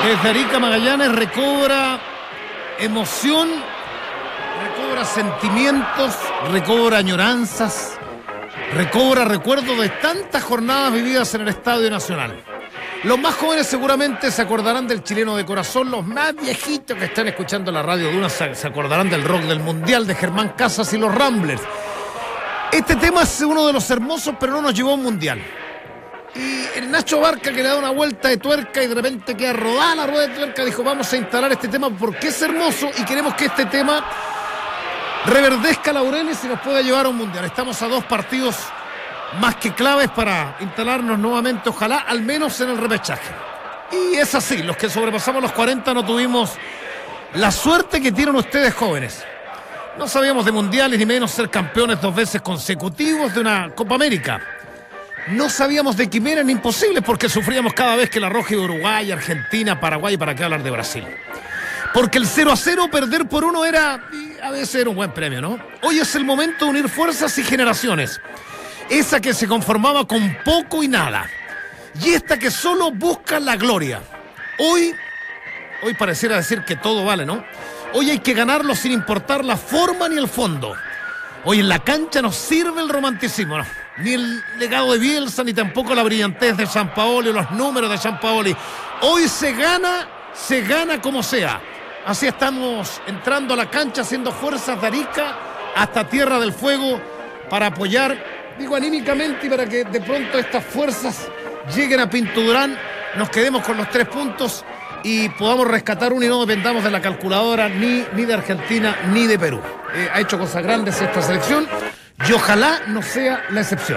Desde Arica, Magallanes, recobra emoción, recobra sentimientos, recobra añoranzas, recobra recuerdos de tantas jornadas vividas en el Estadio Nacional. Los más jóvenes seguramente se acordarán del chileno de corazón, los más viejitos que están escuchando la radio Duna se acordarán del rock del Mundial, de Germán Casas y los Ramblers. Este tema es uno de los hermosos, pero no nos llevó a un Mundial. Y el Nacho Barca, que le da una vuelta de tuerca y de repente queda rodada la rueda de tuerca, dijo: vamos a instalar este tema porque es hermoso y queremos que este tema reverdezca laureles y nos pueda llevar a un Mundial. Estamos a 2 partidos más que claves para instalarnos nuevamente, ojalá, al menos en el repechaje. Y es así, los que sobrepasamos los 40 no tuvimos la suerte que tienen ustedes jóvenes. No sabíamos de mundiales, ni menos ser campeones 2 veces consecutivos de una Copa América. No sabíamos de quimeras ni imposibles porque sufríamos cada vez que la Roja iba a Uruguay, Argentina, Paraguay, para qué hablar de Brasil. Porque el 0-0, perder por 1 era, a veces era un buen premio, ¿no? Hoy es el momento de unir fuerzas y generaciones. Esa que se conformaba con poco y nada. Y esta que solo busca la gloria. Hoy pareciera decir que todo vale, ¿no? Hoy hay que ganarlo sin importar la forma ni el fondo. Hoy en la cancha no sirve el romanticismo, ¿no? Ni el legado de Bielsa, ni tampoco la brillantez de Sampaoli o los números de Sampaoli. Hoy se gana como sea. Así estamos entrando a la cancha, haciendo fuerzas de Arica hasta Tierra del Fuego para apoyar, digo anímicamente, y para que de pronto estas fuerzas lleguen a Pinto Durán, nos quedemos con los 3 puntos y podamos rescatar uno y no dependamos de la calculadora ni de Argentina ni de Perú. Ha hecho cosas grandes esta selección y ojalá no sea la excepción.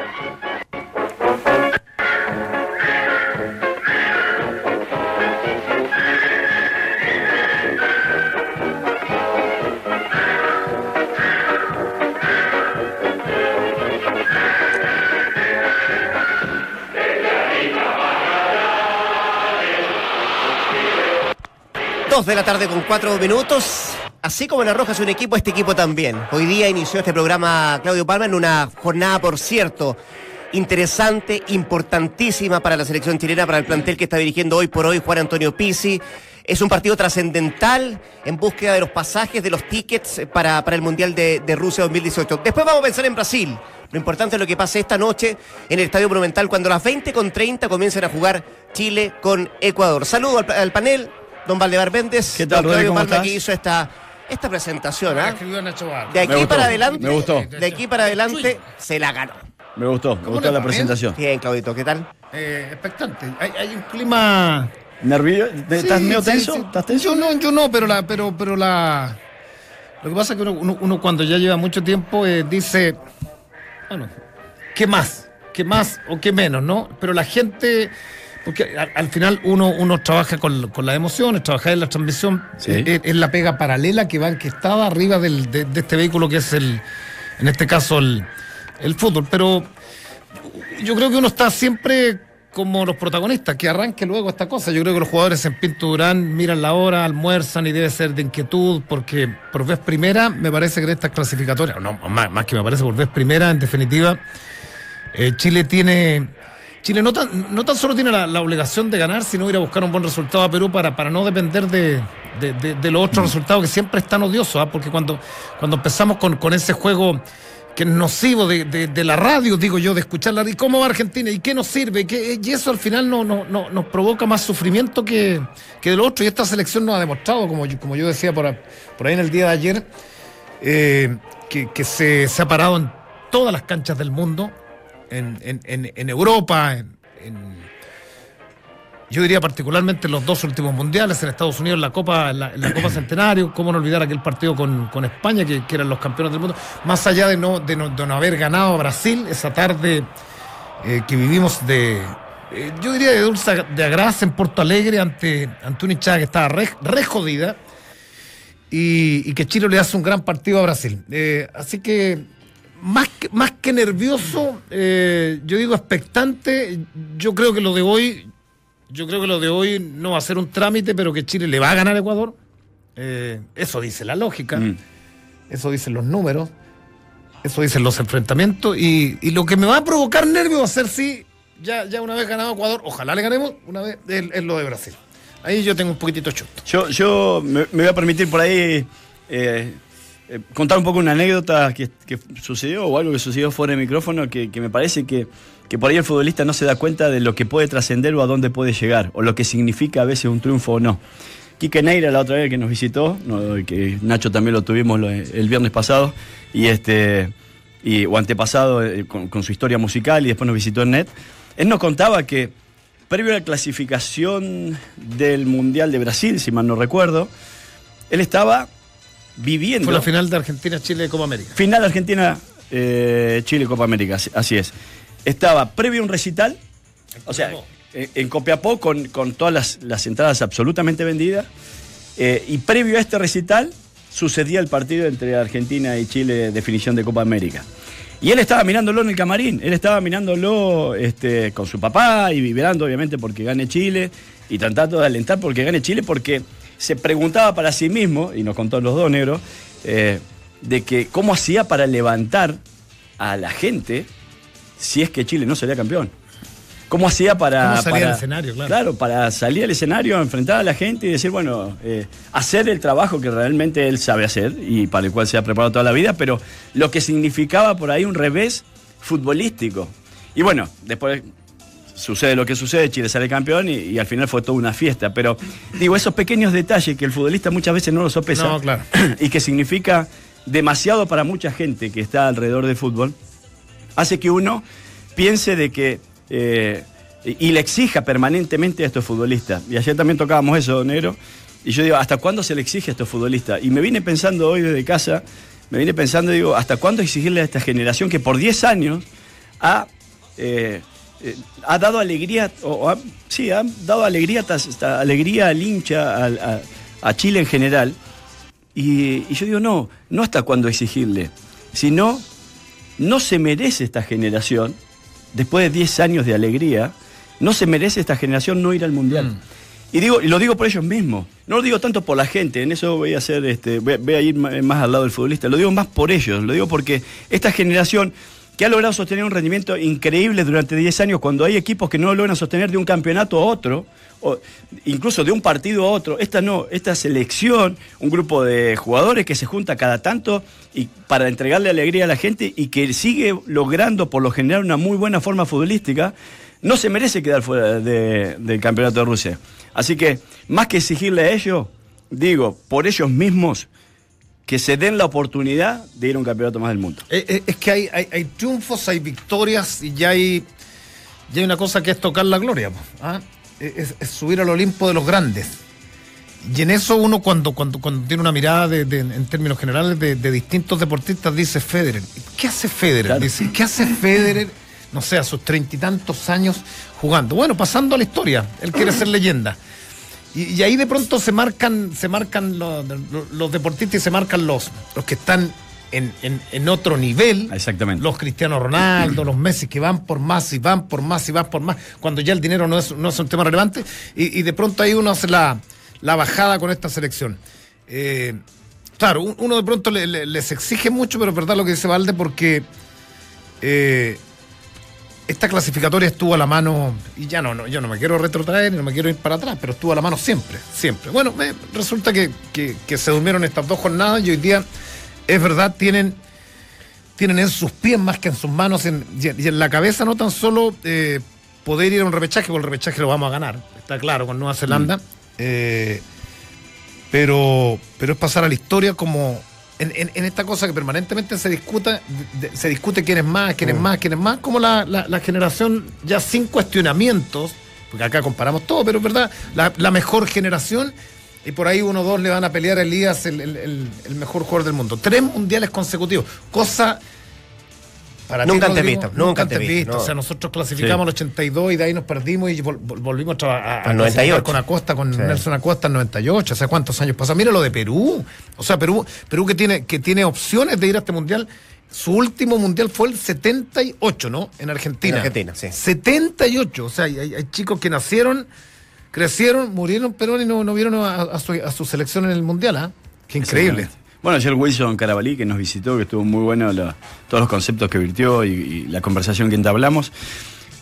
De la tarde con 4 minutos. Así como La Roja es un equipo, este equipo también. Hoy día inició este programa Claudio Palma en una jornada, por cierto, interesante, importantísima para la selección chilena, para el plantel que está dirigiendo hoy por hoy Juan Antonio Pizzi. Es un partido trascendental en búsqueda de los pasajes, de los tickets para el Mundial de Rusia 2018. Después vamos a pensar en Brasil. Lo importante es lo que pase esta noche en el Estadio Monumental cuando a las 20:30 comiencen a jugar Chile con Ecuador. Saludo al panel. Don Valdemar Méndez, ¿qué tal, Rodrigo? ¿Cómo estás? Que hizo esta presentación, ¿eh? De aquí para adelante, me gustó. De aquí para adelante se la ganó. Me gustó la presentación. Bien, Claudito, ¿qué tal? Expectante. Hay un clima ¿Nervioso? ¿Estás medio tenso? Sí. ¿Estás tenso? Yo no, pero lo que pasa es que uno cuando ya lleva mucho tiempo dice, bueno, ¿qué más? ¿Qué más o qué menos, no? Pero la gente, porque al final uno trabaja con las emociones, trabajar en la transmisión, sí. Es la pega paralela que estaba arriba de este vehículo que es en este caso el fútbol. Pero yo creo que uno está siempre como los protagonistas, que arranque luego esta cosa. Yo creo que los jugadores en Pinto Durán miran la hora, almuerzan y debe ser de inquietud, porque por vez primera me parece que en estas clasificatorias, no, más que me parece por vez primera, en definitiva, Chile no tan solo tiene la obligación de ganar, sino ir a buscar un buen resultado a Perú para no depender de los otros resultados que siempre están odiosos, ¿eh? Porque cuando empezamos con ese juego que es nocivo de la radio, digo yo, de escucharla, ¿y cómo va Argentina? ¿Y qué nos sirve? Y eso al final nos provoca más sufrimiento que de lo otro, y esta selección nos ha demostrado, como yo decía por ahí en el día de ayer, que se ha parado en todas las canchas del mundo, en Europa, yo diría particularmente en los 2 últimos mundiales, en Estados Unidos, en la Copa Centenario. Cómo no olvidar aquel partido con España, que eran los campeones del mundo, más allá de no haber ganado a Brasil esa tarde que vivimos yo diría de dulce de agrasa en Porto Alegre ante una hinchada que estaba re jodida, y que Chile le hace un gran partido a Brasil. Así que más que nervioso, yo digo expectante. Yo creo que lo de hoy no va a ser un trámite, pero que Chile le va a ganar a Ecuador. Eso dice la lógica, eso dicen los números, eso dicen los enfrentamientos, y lo que me va a provocar nervios va a ser si ya una vez ganado Ecuador, ojalá le ganemos una vez, es lo de Brasil. Ahí yo tengo un poquitito chuto. Yo me voy a permitir por ahí contar un poco una anécdota que sucedió o algo que sucedió fuera de micrófono que me parece que por ahí el futbolista no se da cuenta de lo que puede trascender o a dónde puede llegar o lo que significa a veces un triunfo o no. Quique Neira, la otra vez que nos visitó, que Nacho también lo tuvimos el viernes pasado o antepasado con su historia musical y después nos visitó en NET, él nos contaba que previo a la clasificación del Mundial de Brasil, si mal no recuerdo, él estaba viviendo... Fue la final de Argentina-Chile de Copa América. Final de Argentina-Chile Copa América, así es. Estaba previo a un recital, o sea, en Copiapó con todas las entradas absolutamente vendidas, y previo a este recital sucedía el partido entre Argentina y Chile, definición de Copa América. Y él estaba mirándolo en el camarín, él estaba mirándolo con su papá y vibrando obviamente porque gane Chile y tratando de alentar porque gane Chile, porque se preguntaba para sí mismo, y nos contó los dos negros, de que cómo hacía para levantar a la gente si es que Chile no sería campeón. ¿Cómo hacía para salir al escenario, claro? Claro, para salir al escenario, enfrentar a la gente y decir, bueno, hacer el trabajo que realmente él sabe hacer y para el cual se ha preparado toda la vida, pero lo que significaba por ahí un revés futbolístico. Y bueno, después sucede lo que sucede, Chile sale campeón y al final fue toda una fiesta. Pero digo, esos pequeños detalles que el futbolista muchas veces no lo sopesa, no, claro, y que significa demasiado para mucha gente que está alrededor del fútbol, hace que uno piense de que... y le exija permanentemente a estos futbolistas. Y ayer también tocábamos eso, Negro, y yo digo, ¿hasta cuándo se le exige a estos futbolistas? Y me vine pensando hoy desde casa, digo, ¿hasta cuándo exigirle a esta generación que por 10 años ha dado alegría, ha dado alegría al hincha, a Chile en general? Y yo digo, no hasta cuándo exigirle, sino no se merece esta generación, después de 10 años de alegría, no se merece esta generación no ir al Mundial. Y lo digo por ellos mismos. No lo digo tanto por la gente, en eso voy a ir más al lado del futbolista. Lo digo más por ellos, lo digo porque esta generación que ha logrado sostener un rendimiento increíble durante 10 años, cuando hay equipos que no lo logran sostener de un campeonato a otro, o incluso de un partido a otro, esta selección, un grupo de jugadores que se junta cada tanto y para entregarle alegría a la gente y que sigue logrando por lo general una muy buena forma futbolística, no se merece quedar fuera del campeonato de Rusia. Así que, más que exigirle a ellos, digo, por ellos mismos, que se den la oportunidad de ir a un campeonato más del mundo. Es que hay triunfos, hay victorias y ya hay una cosa que es tocar la gloria, ¿ah? Es subir al Olimpo de los grandes. Y en eso uno cuando tiene una mirada en términos generales de distintos deportistas dice Federer. ¿Qué hace Federer? Claro. Dice, ¿qué hace Federer, no sé, a sus 30 y tantos años jugando? Bueno, pasando a la historia. Él quiere ser leyenda. Y ahí de pronto se marcan los deportistas y se marcan los que están en otro nivel. Exactamente. Los Cristiano Ronaldo, los Messi que van por más y van por más y van por más, cuando ya el dinero no es un tema relevante, y de pronto ahí uno hace la bajada con esta selección. Claro, uno de pronto les exige mucho, pero es verdad lo que dice Valde, porque esta clasificatoria estuvo a la mano, y yo no me quiero retrotraer, no me quiero ir para atrás, pero estuvo a la mano siempre. Bueno, resulta que se durmieron estas 2 jornadas y hoy día, es verdad, tienen en sus pies más que en sus manos y en la cabeza no tan solo poder ir a un repechaje, porque el repechaje lo vamos a ganar, está claro, con Nueva Zelanda, pero es pasar a la historia como en esta cosa que permanentemente se discute quién es más, como la generación ya sin cuestionamientos, porque acá comparamos todo, pero es verdad, la mejor generación, y por ahí 1 o 2 le van a pelear a Elías el mejor jugador del mundo. 3 mundiales consecutivos, cosa para nunca ti, antes visto. No. O sea, nosotros clasificamos el 82 y de ahí nos perdimos y volvimos a 98 con Acosta, con Nelson Acosta en 98. O sea, ¿cuántos años pasan? Mira lo de Perú. O sea, Perú que tiene opciones de ir a este mundial. Su último mundial fue el 78, ¿no? En Argentina. En Argentina, sí. 78. O sea, hay chicos que nacieron, crecieron, murieron, pero no vieron a su selección en el mundial, ¿ah? Qué increíble. Bueno, ayer Wilson Carabalí, que nos visitó, que estuvo muy bueno todos los conceptos que virtió y la conversación que entablamos.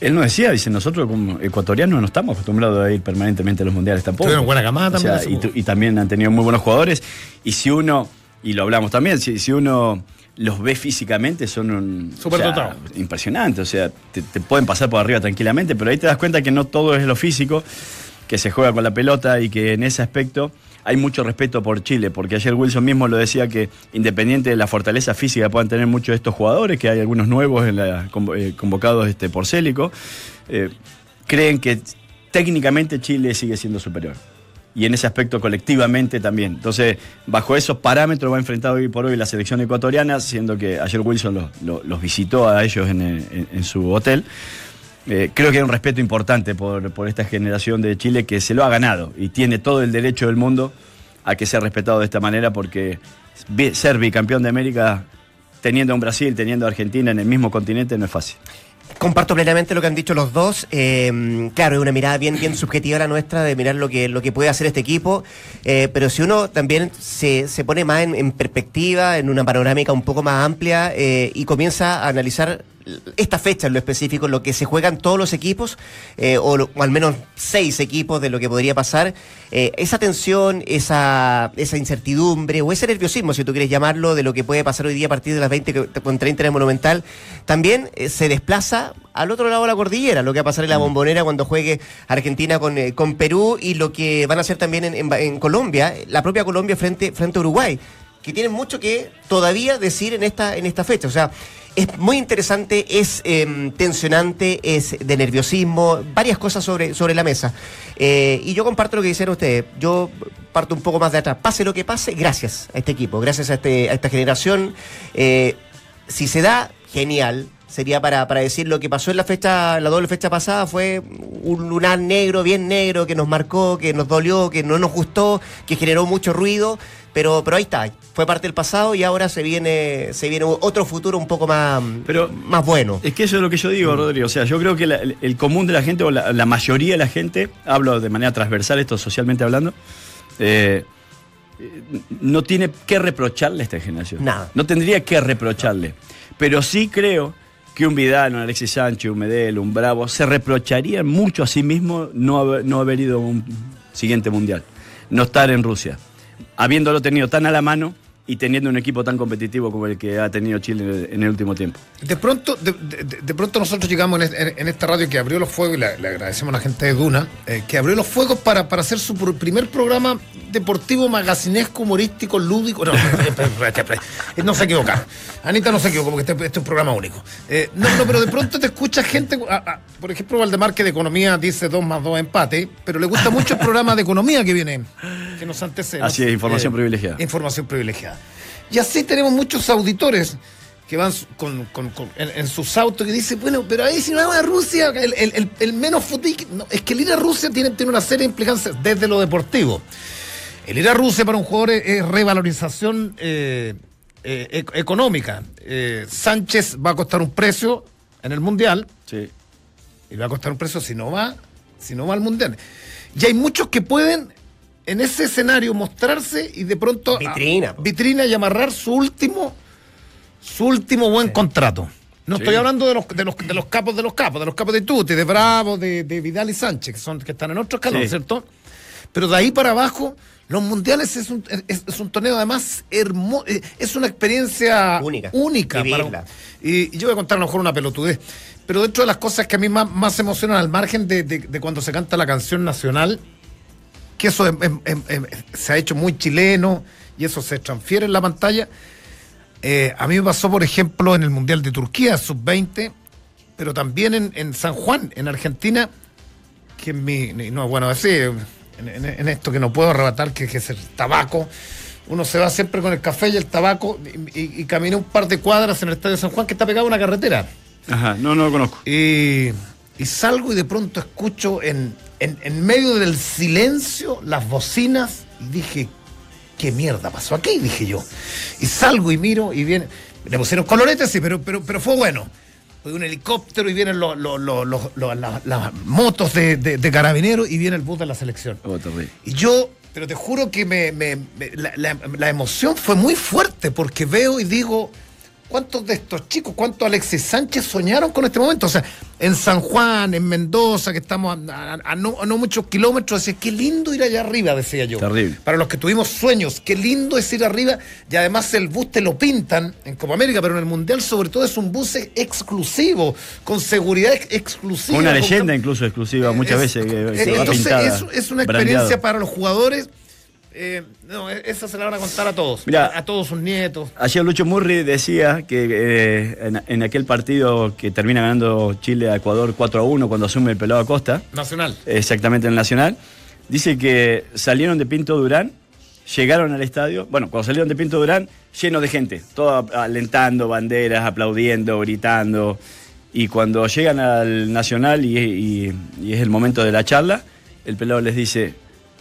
Él nos decía, dice, nosotros como ecuatorianos no estamos acostumbrados a ir permanentemente a los mundiales tampoco. Tuvieron buena camada también. O sea, y también han tenido muy buenos jugadores. Y si uno, y lo hablamos también, si uno los ve físicamente, son impresionantes. O sea, te pueden pasar por arriba tranquilamente, pero ahí te das cuenta que no todo es lo físico, que se juega con la pelota y que en ese aspecto hay mucho respeto por Chile, porque ayer Wilson mismo lo decía que independiente de la fortaleza física que puedan tener muchos de estos jugadores, que hay algunos nuevos convocados por Célico, creen que técnicamente Chile sigue siendo superior. Y en ese aspecto colectivamente también. Entonces, bajo esos parámetros va enfrentado hoy por hoy la selección ecuatoriana, siendo que ayer Wilson los visitó a ellos en su hotel. Creo que hay un respeto importante por esta generación de Chile que se lo ha ganado y tiene todo el derecho del mundo a que sea respetado de esta manera, porque ser bicampeón de América teniendo a un Brasil, teniendo a Argentina en el mismo continente no es fácil. Comparto plenamente lo que han dicho los dos. Claro, es una mirada bien subjetiva la nuestra de mirar lo que puede hacer este equipo, pero si uno también se pone más en perspectiva, en una panorámica un poco más amplia, y comienza a analizar esta fecha en lo específico, lo que se juegan todos los equipos, o al menos 6 equipos de lo que podría pasar, esa tensión, esa incertidumbre o ese nerviosismo, si tú quieres llamarlo, de lo que puede pasar hoy día a partir de las 20:30 en el Monumental, también se desplaza al otro lado de la cordillera, lo que va a pasar en la Bombonera cuando juegue Argentina con Perú, y lo que van a hacer también en Colombia, la propia Colombia frente a Uruguay, que tienen mucho que todavía decir en esta fecha. O sea, es muy interesante, es tensionante, es de nerviosismo, varias cosas sobre la mesa. Y yo comparto lo que dicen ustedes. Yo parto un poco más de atrás. Pase lo que pase, gracias a este equipo, gracias a esta generación. Si se da, genial. Sería para decir lo que pasó en la doble fecha pasada fue un lunar negro, bien negro, que nos marcó, que nos dolió, que no nos gustó, que generó mucho ruido, pero ahí está, fue parte del pasado y ahora se viene otro futuro un poco más bueno. Es que eso es lo que yo digo, Rodrigo. O sea, yo creo que el común de la gente, o la mayoría de la gente, hablo de manera transversal, esto socialmente hablando, no tiene que reprocharle a esta generación. Nada. No tendría que reprocharle. Pero sí creo que un Vidal, un Alexis Sánchez, un Medel, un Bravo, se reprocharían mucho a sí mismo no haber ido a un siguiente mundial, no estar en Rusia, habiéndolo tenido tan a la mano y teniendo un equipo tan competitivo como el que ha tenido Chile en el último tiempo. De pronto nosotros llegamos en esta radio que abrió los fuegos, y le agradecemos a la gente de Duna, que abrió los fuegos para hacer su primer programa deportivo, magacinesco, humorístico, lúdico. No se equivoca. Anita no se equivocó, porque este es un programa único. Pero de pronto te escucha gente, por ejemplo, Valdemar, que de economía dice 2 más 2 empate, pero le gusta mucho el programa de economía que nos antecede. Así es, información privilegiada. Información privilegiada. Y así tenemos muchos auditores que van en sus autos y dicen, bueno, pero ahí si no vamos a Rusia, el menos fútbol. No, es que el ir a Rusia tiene una serie de implicancias desde lo deportivo. El ir a Rusia para un jugador es revalorización económica. Sánchez va a costar un precio en el Mundial. Sí. Y va a costar un precio si no va al Mundial. Y hay muchos que pueden en ese escenario mostrarse y de pronto vitrina y amarrar su último buen contrato. No estoy hablando de los capos de Tuti, de Bravo, de Vidal y Sánchez, que están en otro escalón, ¿cierto? Pero de ahí para abajo, los mundiales es un torneo además hermoso, es una experiencia única y yo voy a contar a lo mejor una pelotudez, pero dentro de las cosas que a mí más emocionan, al margen de cuando se canta la canción nacional, que eso se ha hecho muy chileno y eso se transfiere en la pantalla. A mí me pasó, por ejemplo, en el Mundial de Turquía, sub-20, pero también en San Juan, en Argentina, que no es bueno decir, en esto que no puedo arrebatar, que es el tabaco. Uno se va siempre con el café y el tabaco y caminé un par de cuadras en el Estadio San Juan, que está pegado a una carretera. Ajá, no lo conozco. Y salgo y de pronto escucho en medio del silencio las bocinas y dije, ¿qué mierda pasó aquí? Dije yo. Y salgo y miro y viene, le pusieron coloretes, sí, pero fue bueno. Fue un helicóptero y vienen las motos de carabineros y viene el bus de la selección. Y yo, pero te juro que la emoción fue muy fuerte, porque veo y digo, ¿Cuántos de estos chicos, cuántos Alexis Sánchez soñaron con este momento? O sea, en San Juan, en Mendoza, que estamos a no muchos kilómetros, decía, qué lindo ir allá arriba, decía yo. Terrible. Para los que tuvimos sueños, qué lindo es ir arriba, y además el bus te lo pintan en Copa América, pero en el Mundial sobre todo es un bus exclusivo, con seguridad exclusiva. Una leyenda incluso exclusiva, muchas veces. Entonces es una experiencia brandeado. para los jugadores. Esa se la van a contar a todos. Mirá, a todos sus nietos. Ayer Lucho Murri decía que en aquel partido que termina ganando Chile a Ecuador 4-1 cuando asume el Pelado Acosta, Nacional. exactamente en el Nacional, dice que salieron de Pinto Durán, llegaron al estadio, bueno, cuando salieron de Pinto Durán, lleno de gente, todo alentando, banderas, aplaudiendo, gritando, y cuando llegan al Nacional y es el momento de la charla, el Pelado les dice,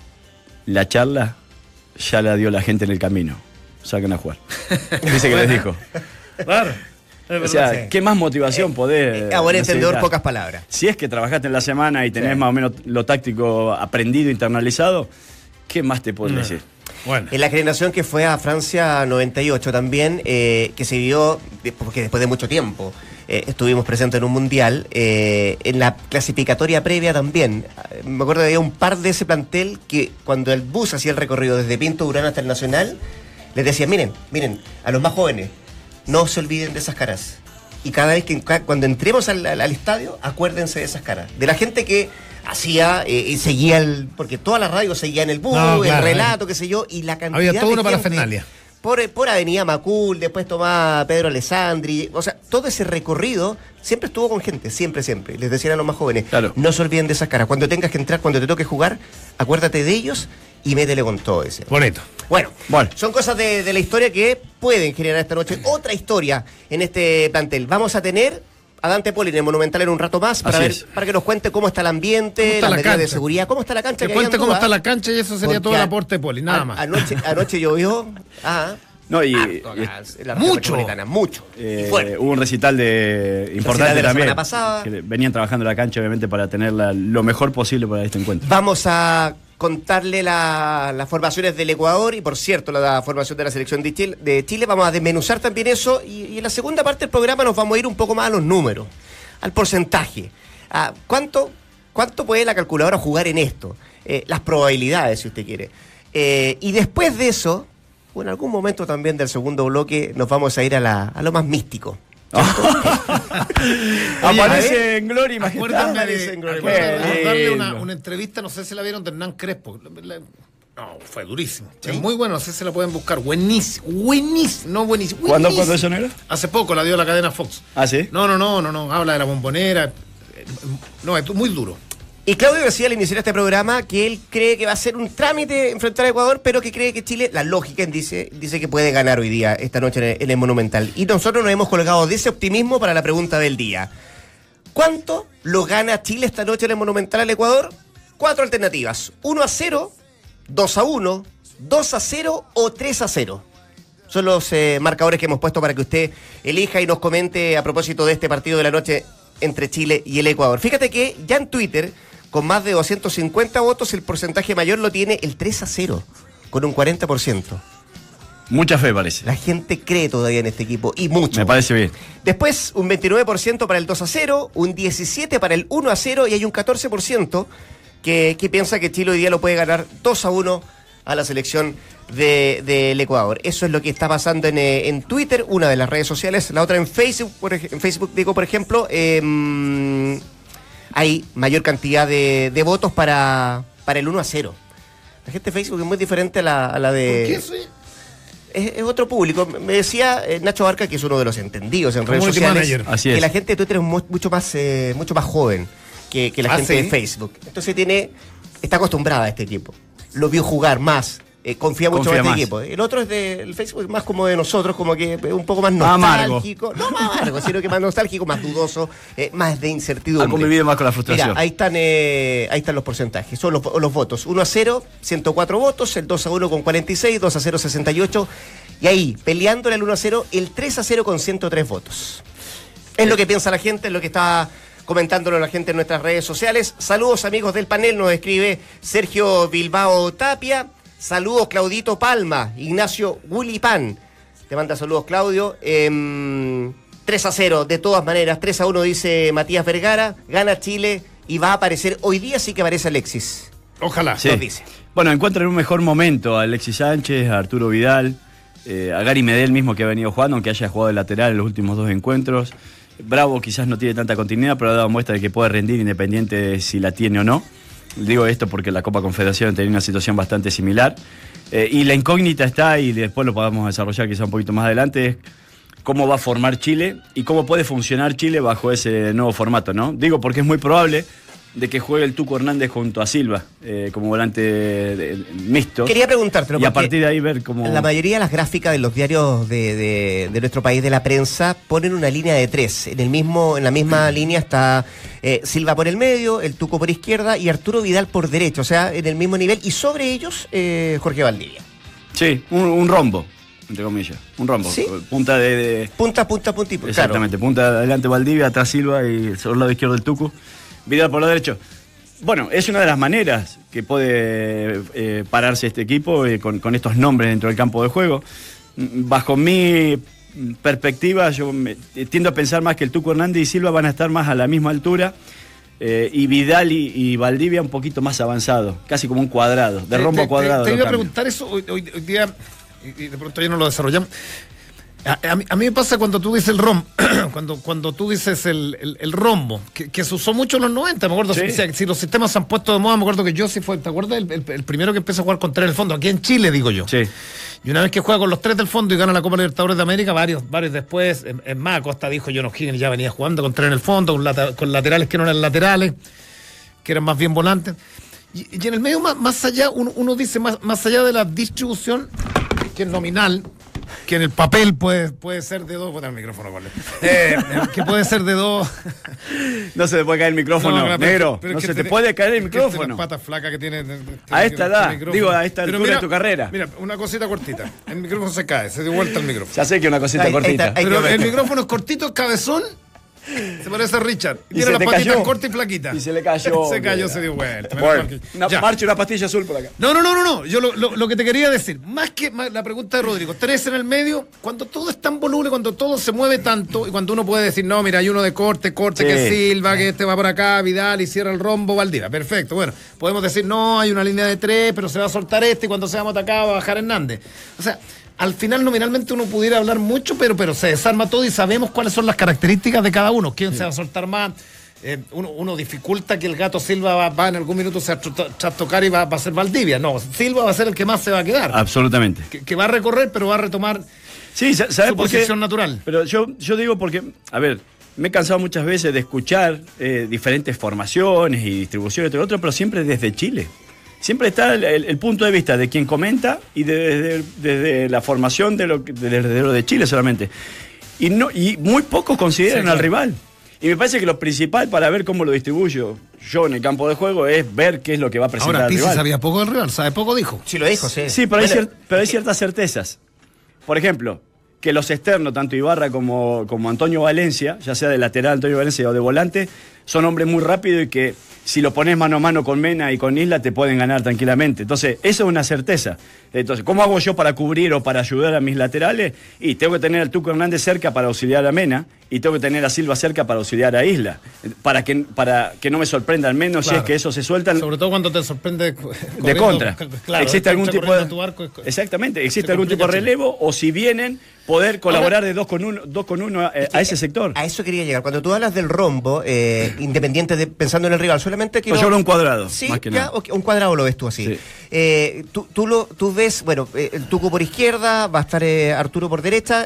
la charla ya la dio la gente en el camino, saquen a jugar. Dice que les dijo. Claro. O sea, ¿qué más motivación podés? A buen entendedor, necesitar? pocas palabras. Si es que trabajaste en la semana y tenés más o menos lo táctico aprendido, internalizado, ¿qué más te puedo decir? Bueno. En la generación que fue a Francia 98 también, que se vio, porque después de mucho tiempo estuvimos presentes en un mundial, en la clasificatoria previa también. Me acuerdo que había un par de ese plantel que cuando el bus hacía el recorrido desde Pinto Durán hasta el Nacional, les decía, miren, a los más jóvenes, no se olviden de esas caras. Y cada vez que cuando entremos al estadio, acuérdense de esas caras. De la gente que hacía y seguía porque toda la radio seguía en el bus, No, claro, el relato, qué sé yo, y la cantidad había todo de una gente parafernalia. por Avenida Macul, después tomaba Pedro Alessandri, o sea, todo ese recorrido siempre estuvo con gente, siempre. Les decían a los más jóvenes, claro, no se olviden de esas caras. Cuando tengas que entrar, cuando te toque jugar, acuérdate de ellos y métele con todo ese. Bonito. Bueno, son cosas de la historia que pueden generar esta noche otra historia en este plantel. Vamos a tener a Dante Poli en el Monumental en un rato más para que nos cuente cómo está el ambiente, las medidas de seguridad, cómo está la cancha. Que cuente cómo está la cancha y eso sería todo el aporte de Poli, nada más. Anoche llovió. No, mucho. Hubo un recital importante de la también. semana pasada. Que venían trabajando la cancha, obviamente, para tenerla lo mejor posible para este encuentro. Vamos a contarle las formaciones del Ecuador y, por cierto, la formación de la selección de Chile. Vamos a desmenuzar también eso y en la segunda parte del programa nos vamos a ir un poco más a los números, al porcentaje. ¿Cuánto puede la calculadora jugar en esto? Las probabilidades, si usted quiere. Y después de eso, en algún momento también del segundo bloque, nos vamos a ir a lo más místico. Aparece en Gloria y Majestad. Acuérdenme darle una entrevista, no sé si la vieron, de Hernán Crespo. No, fue durísimo. ¿Sí? Es muy bueno, no sé si la pueden buscar. Buenísimo. ¿Cuándo eso no era? Hace poco la dio la cadena Fox. ¿Ah, sí? No. Habla de la Bombonera. No, es muy duro. Y Claudio decía al iniciar este programa que él cree que va a ser un trámite enfrentar a Ecuador, pero que cree que Chile, la lógica dice que puede ganar hoy día, esta noche en el Monumental. Y nosotros nos hemos colgado de ese optimismo para la pregunta del día. ¿Cuánto lo gana Chile esta noche en el Monumental al Ecuador? 4 alternativas. 1-0, 2-1, 2-0 o 3-0. Son los marcadores que hemos puesto para que usted elija y nos comente a propósito de este partido de la noche entre Chile y el Ecuador. Fíjate que ya en Twitter, con más de 250 votos, el porcentaje mayor lo tiene el 3-0, con un 40%. Mucha fe, parece. La gente cree todavía en este equipo, y mucho. Me parece bien. Después, un 29% para el 2-0, un 17% para el 1-0, y hay un 14% que piensa que Chile hoy día lo puede ganar 2-1 a la selección del Ecuador. Eso es lo que está pasando en Twitter, una de las redes sociales. La otra en Facebook, por ejemplo, hay mayor cantidad de votos para el 1-0. La gente de Facebook es muy diferente a la de... ¿Por qué eso? Es otro público. Me decía Nacho Barca, que es uno de los entendidos en redes sociales, que la gente de Twitter es mucho más joven que la gente de Facebook. Entonces está acostumbrada a este equipo. Lo vio jugar más. Confía mucho en este equipo. El otro es del Facebook, más como de nosotros, como que un poco más nostálgico. No más amargo, sino que más nostálgico, más dudoso, más de incertidumbre. Ha convivido más con la frustración. Mira, ahí están los porcentajes, son los votos. 1-0, 104 votos, el 2-1 con 46, 2-0, 68. Y ahí, peleando en el 1-0, el 3-0 con 103 votos. Es lo que piensa la gente, es lo que está comentándolo la gente en nuestras redes sociales. Saludos, amigos del panel, nos escribe Sergio Bilbao Tapia. Saludos, Claudito Palma, Ignacio Willy Pan. Te manda saludos, Claudio. 3-0, de todas maneras. 3-1 dice Matías Vergara. Gana Chile y va a aparecer. Hoy día sí que aparece Alexis. Ojalá. Sí. Nos dice. Bueno, encuentran un mejor momento a Alexis Sánchez, a Arturo Vidal, a Gary Medel mismo que ha venido jugando, aunque haya jugado de lateral en los últimos 2 encuentros. Bravo quizás no tiene tanta continuidad, pero ha dado muestra de que puede rendir independiente de si la tiene o no. Digo esto porque la Copa Confederación tenía una situación bastante similar. Y la incógnita está, y después lo podamos desarrollar quizás un poquito más adelante, es cómo va a formar Chile y cómo puede funcionar Chile bajo ese nuevo formato, ¿no? Digo porque es muy probable de que juegue el Tuco Hernández junto a Silva como volante mixto. Quería preguntártelo. Y a partir de ahí ver cómo... La mayoría de las gráficas de los diarios de nuestro país, de la prensa, ponen una línea de 3. En la misma línea está Silva por el medio, el Tuco por izquierda y Arturo Vidal por derecha. O sea, en el mismo nivel. Y sobre ellos, Jorge Valdivia. Sí, un rombo, entre comillas. Un rombo. ¿Sí? Punta de... Punta y Exactamente. Claro. Punta adelante Valdivia, atrás Silva y sobre el lado izquierdo el Tuco. Vidal por lo derecho. Bueno, es una de las maneras que puede pararse este equipo con estos nombres dentro del campo de juego. Bajo mi perspectiva, yo tiendo a pensar más que el Tuco Hernández y Silva van a estar más a la misma altura y Vidal y Valdivia un poquito más avanzado, casi como un cuadrado, de rombo a cuadrado. Te iba a preguntar eso hoy día, y de pronto ya no lo desarrollamos. A mí me pasa cuando tú dices el cuando tú dices el rombo, que se usó mucho en los 90, me acuerdo, sí. si los sistemas se han puesto de moda, me acuerdo que yo sí fue, ¿te acuerdas? El primero que empezó a jugar con 3 del fondo, aquí en Chile, digo yo. Sí. Y una vez que juega con los 3 del fondo y gana la Copa Libertadores de América, varios después, es más, Acosta dijo, John O'Higgins ya venía jugando con 3 en el fondo, con laterales que no eran laterales, que eran más bien volantes. Y en el medio, más allá, uno dice, más allá de la distribución, que es nominal, que en el papel puede ser de 2, el micrófono, vale. Que puede ser de 2. No se te puede caer el micrófono, negro. Pero no se te puede caer el micrófono. Las patas flacas que tiene. A esta edad, digo, a esta altura de tu carrera. Mira, una cosita cortita. El micrófono se cae, se dio vuelta el micrófono. Ya sé que una cosita cortita. Pero el micrófono es cortito, es cabezón. Se parece a Richard. Y tiene las patitas cortas y flaquitas. Y se le cayó. Se cayó, se dio vuelta. Bueno, marcha una pastilla azul por acá. No. Yo lo que te quería decir, más la pregunta de Rodrigo, 3 en el medio, cuando todo es tan voluble, cuando todo se mueve tanto, y cuando uno puede decir, no, mira, hay uno de corte, sí, que Silva, que este va por acá, Vidal, y cierra el rombo, Valdivia. Perfecto, bueno, podemos decir, no, hay una línea de 3, pero se va a soltar y cuando seamos atacados va a bajar Hernández. O sea, al final nominalmente uno pudiera hablar mucho, pero se desarma todo y sabemos cuáles son las características de cada uno. ¿Quién se va a soltar más? Uno dificulta que el Gato Silva va en algún minuto se va a tocar y va a ser Valdivia. No, Silva va a ser el que más se va a quedar. Absolutamente. Que va a recorrer, pero va a retomar su posición natural. Pero yo digo porque, a ver, me he cansado muchas veces de escuchar diferentes formaciones y distribuciones, pero siempre desde Chile. Siempre está el punto de vista de quien comenta y desde la formación de lo de Chile solamente. Y muy pocos consideran al rival. Y me parece que lo principal para ver cómo lo distribuyo yo en el campo de juego es ver qué es lo que va a presentar el rival. Ahora, sabía poco del rival, sabe poco dijo. Sí, lo dijo, sí. Sí, pero hay ciertas certezas. Por ejemplo, que los externos, tanto Ibarra como Antonio Valencia, ya sea de lateral Antonio Valencia o de volante, son hombres muy rápidos y que si lo pones mano a mano con Mena y con Isla te pueden ganar tranquilamente. Entonces, eso es una certeza. Entonces, ¿cómo hago yo para cubrir o para ayudar a mis laterales? Y tengo que tener al Tuco Hernández cerca para auxiliar a Mena y tengo que tener a Silva cerca para auxiliar a Isla. Para que no me sorprendan menos, claro. Si es que eso se sueltan. Sobre todo cuando te sorprende de contra. Claro, existe algún tipo de exactamente, existe algún tipo de relevo o si vienen poder colaborar de 2 con 1 a ese sector. A eso quería llegar. Cuando tú hablas del rombo, independiente de pensando en el rival, solamente quiero... Pues yo hablo un cuadrado, sí, más que ya, nada. Okay, un cuadrado lo ves tú así. Sí. Tú ves, bueno, el Tuco por izquierda, va a estar Arturo por derecha.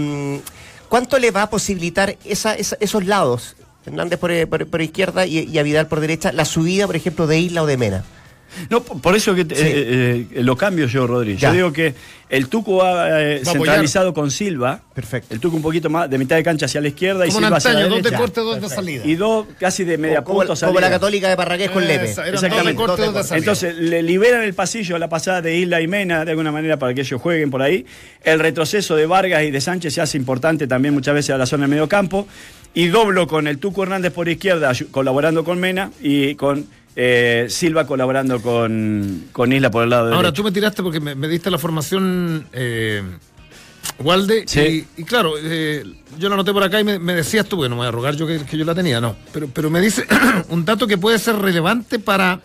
¿Cuánto le va a posibilitar esos lados? Hernández por izquierda y a Vidal por derecha, la subida, por ejemplo, de Isla o de Mena. No, por eso que lo cambio yo, Rodri. Yo digo que el Tuco va centralizado con Silva. Perfecto. El Tuco un poquito más de mitad de cancha hacia la izquierda y Silva hacia la derecha. 2 de corte, 2 de salida. Y 2 casi de media punta salida. Como la Católica de Parragués con Lepe. Exactamente. Entonces le liberan el pasillo a la pasada de Isla y Mena de alguna manera para que ellos jueguen por ahí. El retroceso de Vargas y de Sánchez se hace importante también muchas veces a la zona de medio campo. Y doblo con el Tuco Hernández por izquierda colaborando con Mena y con Silva colaborando con Isla por el lado derecho. Ahora, tú me tiraste porque me diste la formación Walde, Sí. y claro, yo la anoté por acá y me decías tú, que no me voy a rogar yo que yo la tenía, no, pero me dice un dato que puede ser relevante para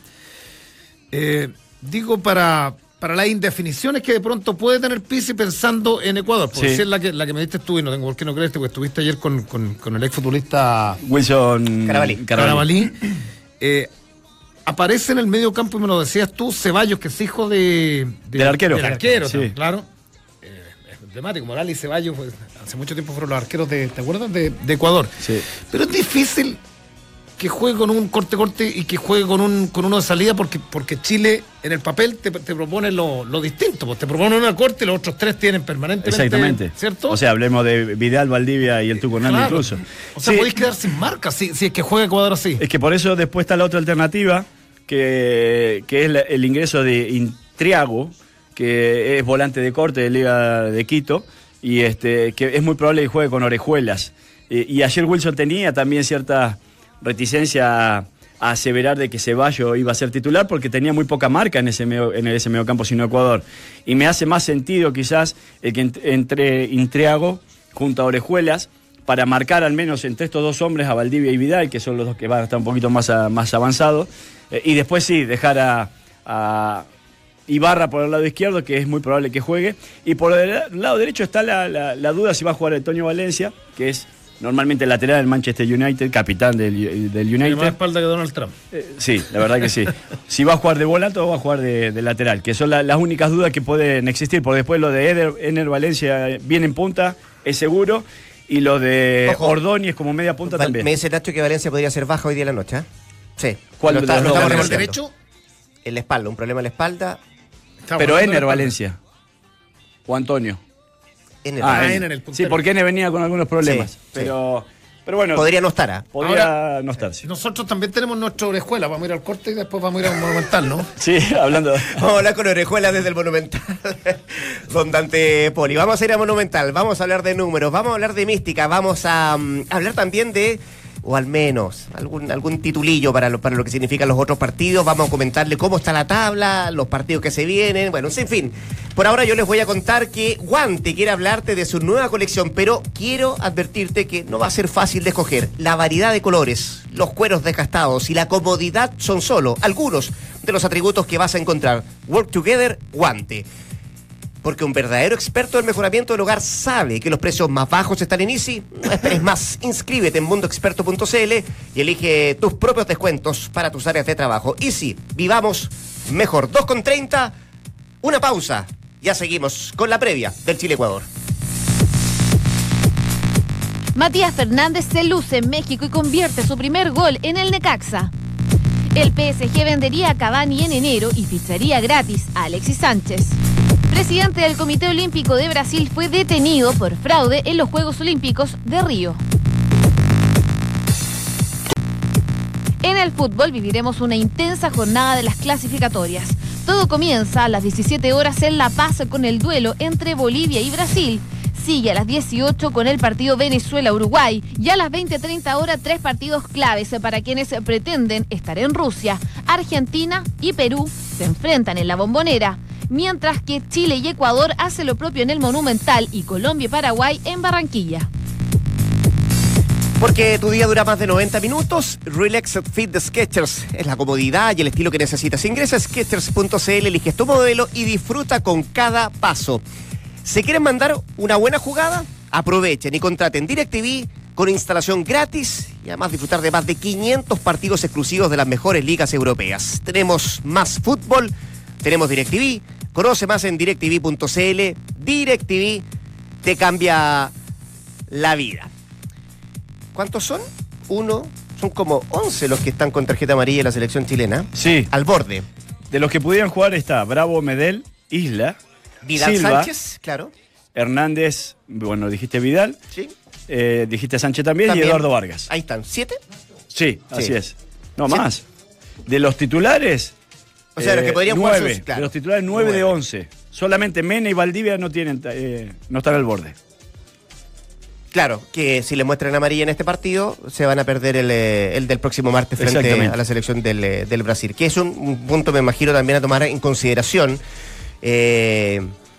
las indefiniciones que de pronto puede tener Pizzi pensando en Ecuador, porque Sí. si es la que me diste tú y no tengo por qué no creerte, porque estuviste ayer con el exfutbolista Wilson Carabalí. Aparece en el medio campo, y me lo decías tú, Ceballos, que es hijo del arquero. Del arquero, Sí. Claro. Es emblemático, Morales y Ceballos, pues, hace mucho tiempo fueron los arqueros ¿te acuerdas? De Ecuador. Sí. Pero es difícil que juegue con un corte y que juegue con uno de salida, porque Chile en el papel te propone lo distinto, pues te propone uno de corte y los otros tres tienen permanentemente. Exactamente. ¿Cierto? O sea, hablemos de Vidal, Valdivia y el Tuco Hernández Claro. incluso. O sea, Sí, podéis quedar sin marca si es que juega Ecuador así. es que por eso después está la otra alternativa, que es el ingreso de Intriago, que es volante de corte de Liga de Quito, y que es muy probable que juegue con Orejuelas. Y ayer Wilson tenía también cierta reticencia a aseverar de que Ceballos iba a ser titular porque tenía muy poca marca en ese mediocampo sino Ecuador. Y me hace más sentido quizás el que entre Intriago junto a Orejuelas para marcar al menos entre estos dos hombres a Valdivia y Vidal, que son los dos que van a estar un poquito más avanzados, y después sí, dejar a Ibarra por el lado izquierdo, que es muy probable que juegue, y por el lado derecho está la duda si va a jugar Antonio Valencia, que es normalmente el lateral del Manchester United, capitán del Tiene más United. espalda que Donald Trump. Sí, la verdad que sí. Si va a jugar de volante o va a jugar de lateral, que son las únicas dudas que pueden existir, porque después lo de Ener Valencia viene en punta, es seguro, y lo de Ojo. Ordóñez como media punta también. Me dice Nacho que Valencia podría ser baja hoy día en la noche, ¿eh? Sí. ¿Cuál Lo de los dos? estamos ¿Por el Valencia. revisando. derecho? En la espalda, un problema en la espalda. Pero Ener Valencia. O Antonio. En el Ener, el Sí, puntero. porque Ener venía con algunos problemas. Sí, Pero bueno, Podría no estar, ¿ah? podría no estar. Sí. Nosotros también tenemos nuestra orejuela, vamos a ir al corte y después vamos a ir a un monumental, ¿no? Sí, hablando. Vamos a hablar con Orejuela desde el Monumental, don Dante Poli. Vamos a ir a Monumental, vamos a hablar de números, vamos a hablar de mística, vamos a hablar también de, o al menos, algún titulillo para lo que significan los otros partidos. Vamos a comentarle cómo está la tabla, los partidos que se vienen, bueno, en fin. Por ahora yo les voy a contar que Guante quiere hablarte de su nueva colección, pero quiero advertirte que no va a ser fácil de escoger. La variedad de colores, los cueros desgastados y la comodidad son solo algunos de los atributos que vas a encontrar. Work Together Guante. Porque un verdadero experto del mejoramiento del hogar sabe que los precios más bajos están en Easy. No esperes más. Inscríbete en mundoexperto.cl y elige tus propios descuentos para tus áreas de trabajo. Easy, vivamos mejor. 2:30, una pausa. Ya seguimos con la previa del Chile-Ecuador. Matías Fernández se luce en México y convierte su primer gol en el Necaxa. El PSG vendería a Cavani en enero y ficharía gratis a Alexis Sánchez. Presidente del Comité Olímpico de Brasil fue detenido por fraude en los Juegos Olímpicos de Río. En el fútbol viviremos una intensa jornada de las clasificatorias. Todo comienza a las 17 horas en La Paz con el duelo entre Bolivia y Brasil. Sigue a las 18 con el partido Venezuela-Uruguay y a las 20:30 horas 3 partidos claves para quienes pretenden estar en Rusia. Argentina y Perú se enfrentan en la Bombonera, mientras que Chile y Ecuador hacen lo propio en el Monumental y Colombia y Paraguay en Barranquilla. Porque tu día dura más de 90 minutos, Relaxed Fit de Skechers es la comodidad y el estilo que necesitas. Ingresa a Skechers.cl, eliges tu modelo y disfruta con cada paso. ¿Se quieren mandar una buena jugada? Aprovechen y contraten DirecTV con instalación gratis y además disfrutar de más de 500 partidos exclusivos de las mejores ligas europeas. Tenemos más fútbol, tenemos DirecTV, conoce más en directv.cl. DirecTV te cambia la vida. ¿Cuántos son? Son como 11 los que están con tarjeta amarilla en la selección chilena. Sí, Al borde. de los que pudieran jugar está Bravo, Medel, Isla, Vidal Silva, Sánchez, claro. Hernández, bueno, dijiste Vidal, Sí. dijiste Sánchez también, y Eduardo Vargas. Ahí están, 7. Sí, así Sí. es. No Sí. más. De los titulares, O sea, los que podrían jugar 9. sus- claro. De los titulares, 9 de 11. Solamente Mena y Valdivia no están al borde. Claro, que si le muestran amarilla en este partido, se van a perder el del próximo martes frente Exactamente. a la selección del Brasil. Que es un punto, me imagino, también a tomar en consideración.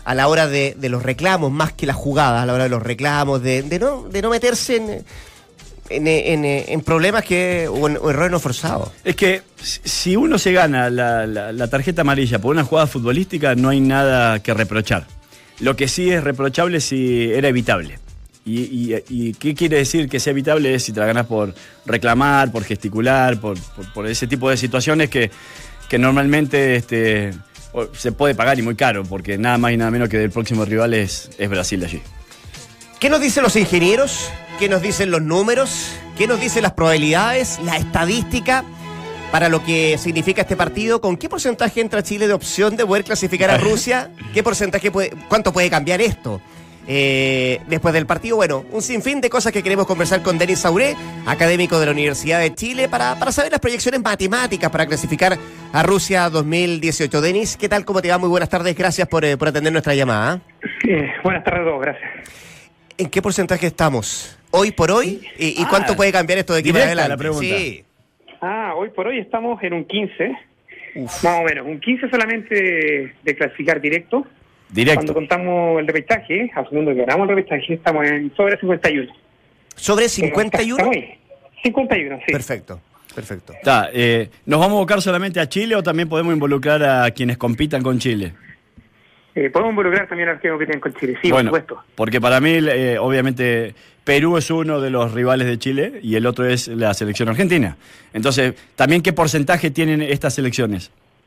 a la hora de los reclamos, más que las jugadas, a la hora de los reclamos, de no meterse en problemas o errores no forzados. Es que si uno se gana la tarjeta amarilla por una jugada futbolística, no hay nada que reprochar. Lo que sí es reprochable si era evitable. ¿Y qué quiere decir que sea evitable? Es si te la ganas por reclamar, por gesticular, por ese tipo de situaciones que normalmente se puede pagar y muy caro, porque nada más y nada menos que el próximo rival es Brasil de allí. ¿Qué nos dicen los ingenieros? ¿Qué nos dicen los números? ¿Qué nos dicen las probabilidades, la estadística para lo que significa este partido? ¿Con qué porcentaje entra Chile de opción de poder clasificar a Rusia? ¿Qué porcentaje cuánto puede cambiar esto? Después del partido, bueno, un sinfín de cosas que queremos conversar con Denis Sauré, académico de la Universidad de Chile, para saber las proyecciones matemáticas para clasificar a Rusia 2018. Denis, ¿qué tal? ¿Cómo te va? Muy buenas tardes, gracias por atender nuestra llamada. Buenas tardes a todos, gracias. ¿En qué porcentaje estamos hoy por hoy? ¿Y cuánto puede cambiar esto de aquí para adelante? La pregunta. Sí. Hoy por hoy estamos en un 15, más o menos, un 15 solamente de clasificar directo. Cuando contamos el repechaje, asumiendo que ganamos el repechaje, estamos en sobre 51. ¿Sobre 51? 51, sí. Perfecto. ¿Nos vamos a abocar solamente a Chile o también podemos involucrar a quienes compitan con Chile? Podemos involucrar también a los que compiten con Chile, sí, bueno, por supuesto. Porque para mí, obviamente, Perú es uno de los rivales de Chile y el otro es la selección argentina. Entonces, ¿también qué porcentaje tienen estas selecciones?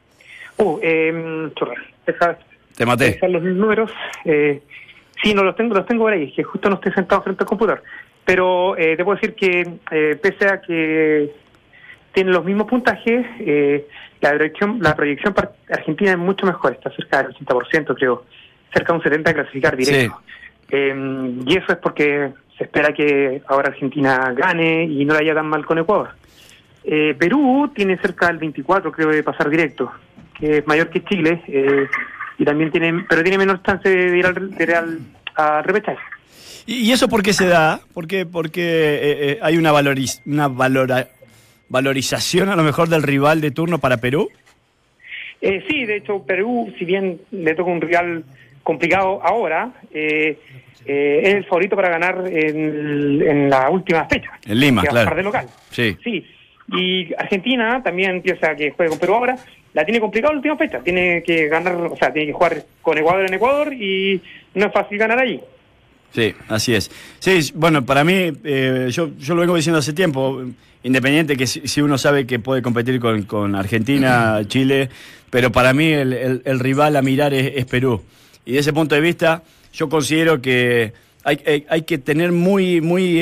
Te maté. Los números, sí, no los tengo por ahí, que justo no estoy sentado frente al computador. Pero te puedo decir que, pese a que tienen los mismos puntajes, la proyección para Argentina es mucho mejor, está cerca del 80%, creo, cerca de un 70% de clasificar directo. Sí. Y eso es porque se espera que ahora Argentina gane y no le haya tan mal con Ecuador. Perú tiene cerca del 24%, creo, de pasar directo, que es mayor que Chile, y también pero tiene menos chance de ir al repechaje. ¿Y eso por qué se da? Porque hay una valorización a lo mejor del rival de turno para Perú. Sí, de hecho Perú, si bien le toca un rival complicado ahora, es el favorito para ganar en la última fecha. En Lima, que claro. Va a de local. Sí. Y Argentina también piensa que juega con Perú ahora. La tiene complicado la última fecha, tiene que ganar, o sea, tiene que jugar con Ecuador en Ecuador y no es fácil ganar allí. Sí, así es. Sí, bueno, para mí, yo lo vengo diciendo hace tiempo, independiente que si uno sabe que puede competir con Argentina, Chile, pero para mí el rival a mirar es Perú. Y de ese punto de vista, yo considero que hay que tener muy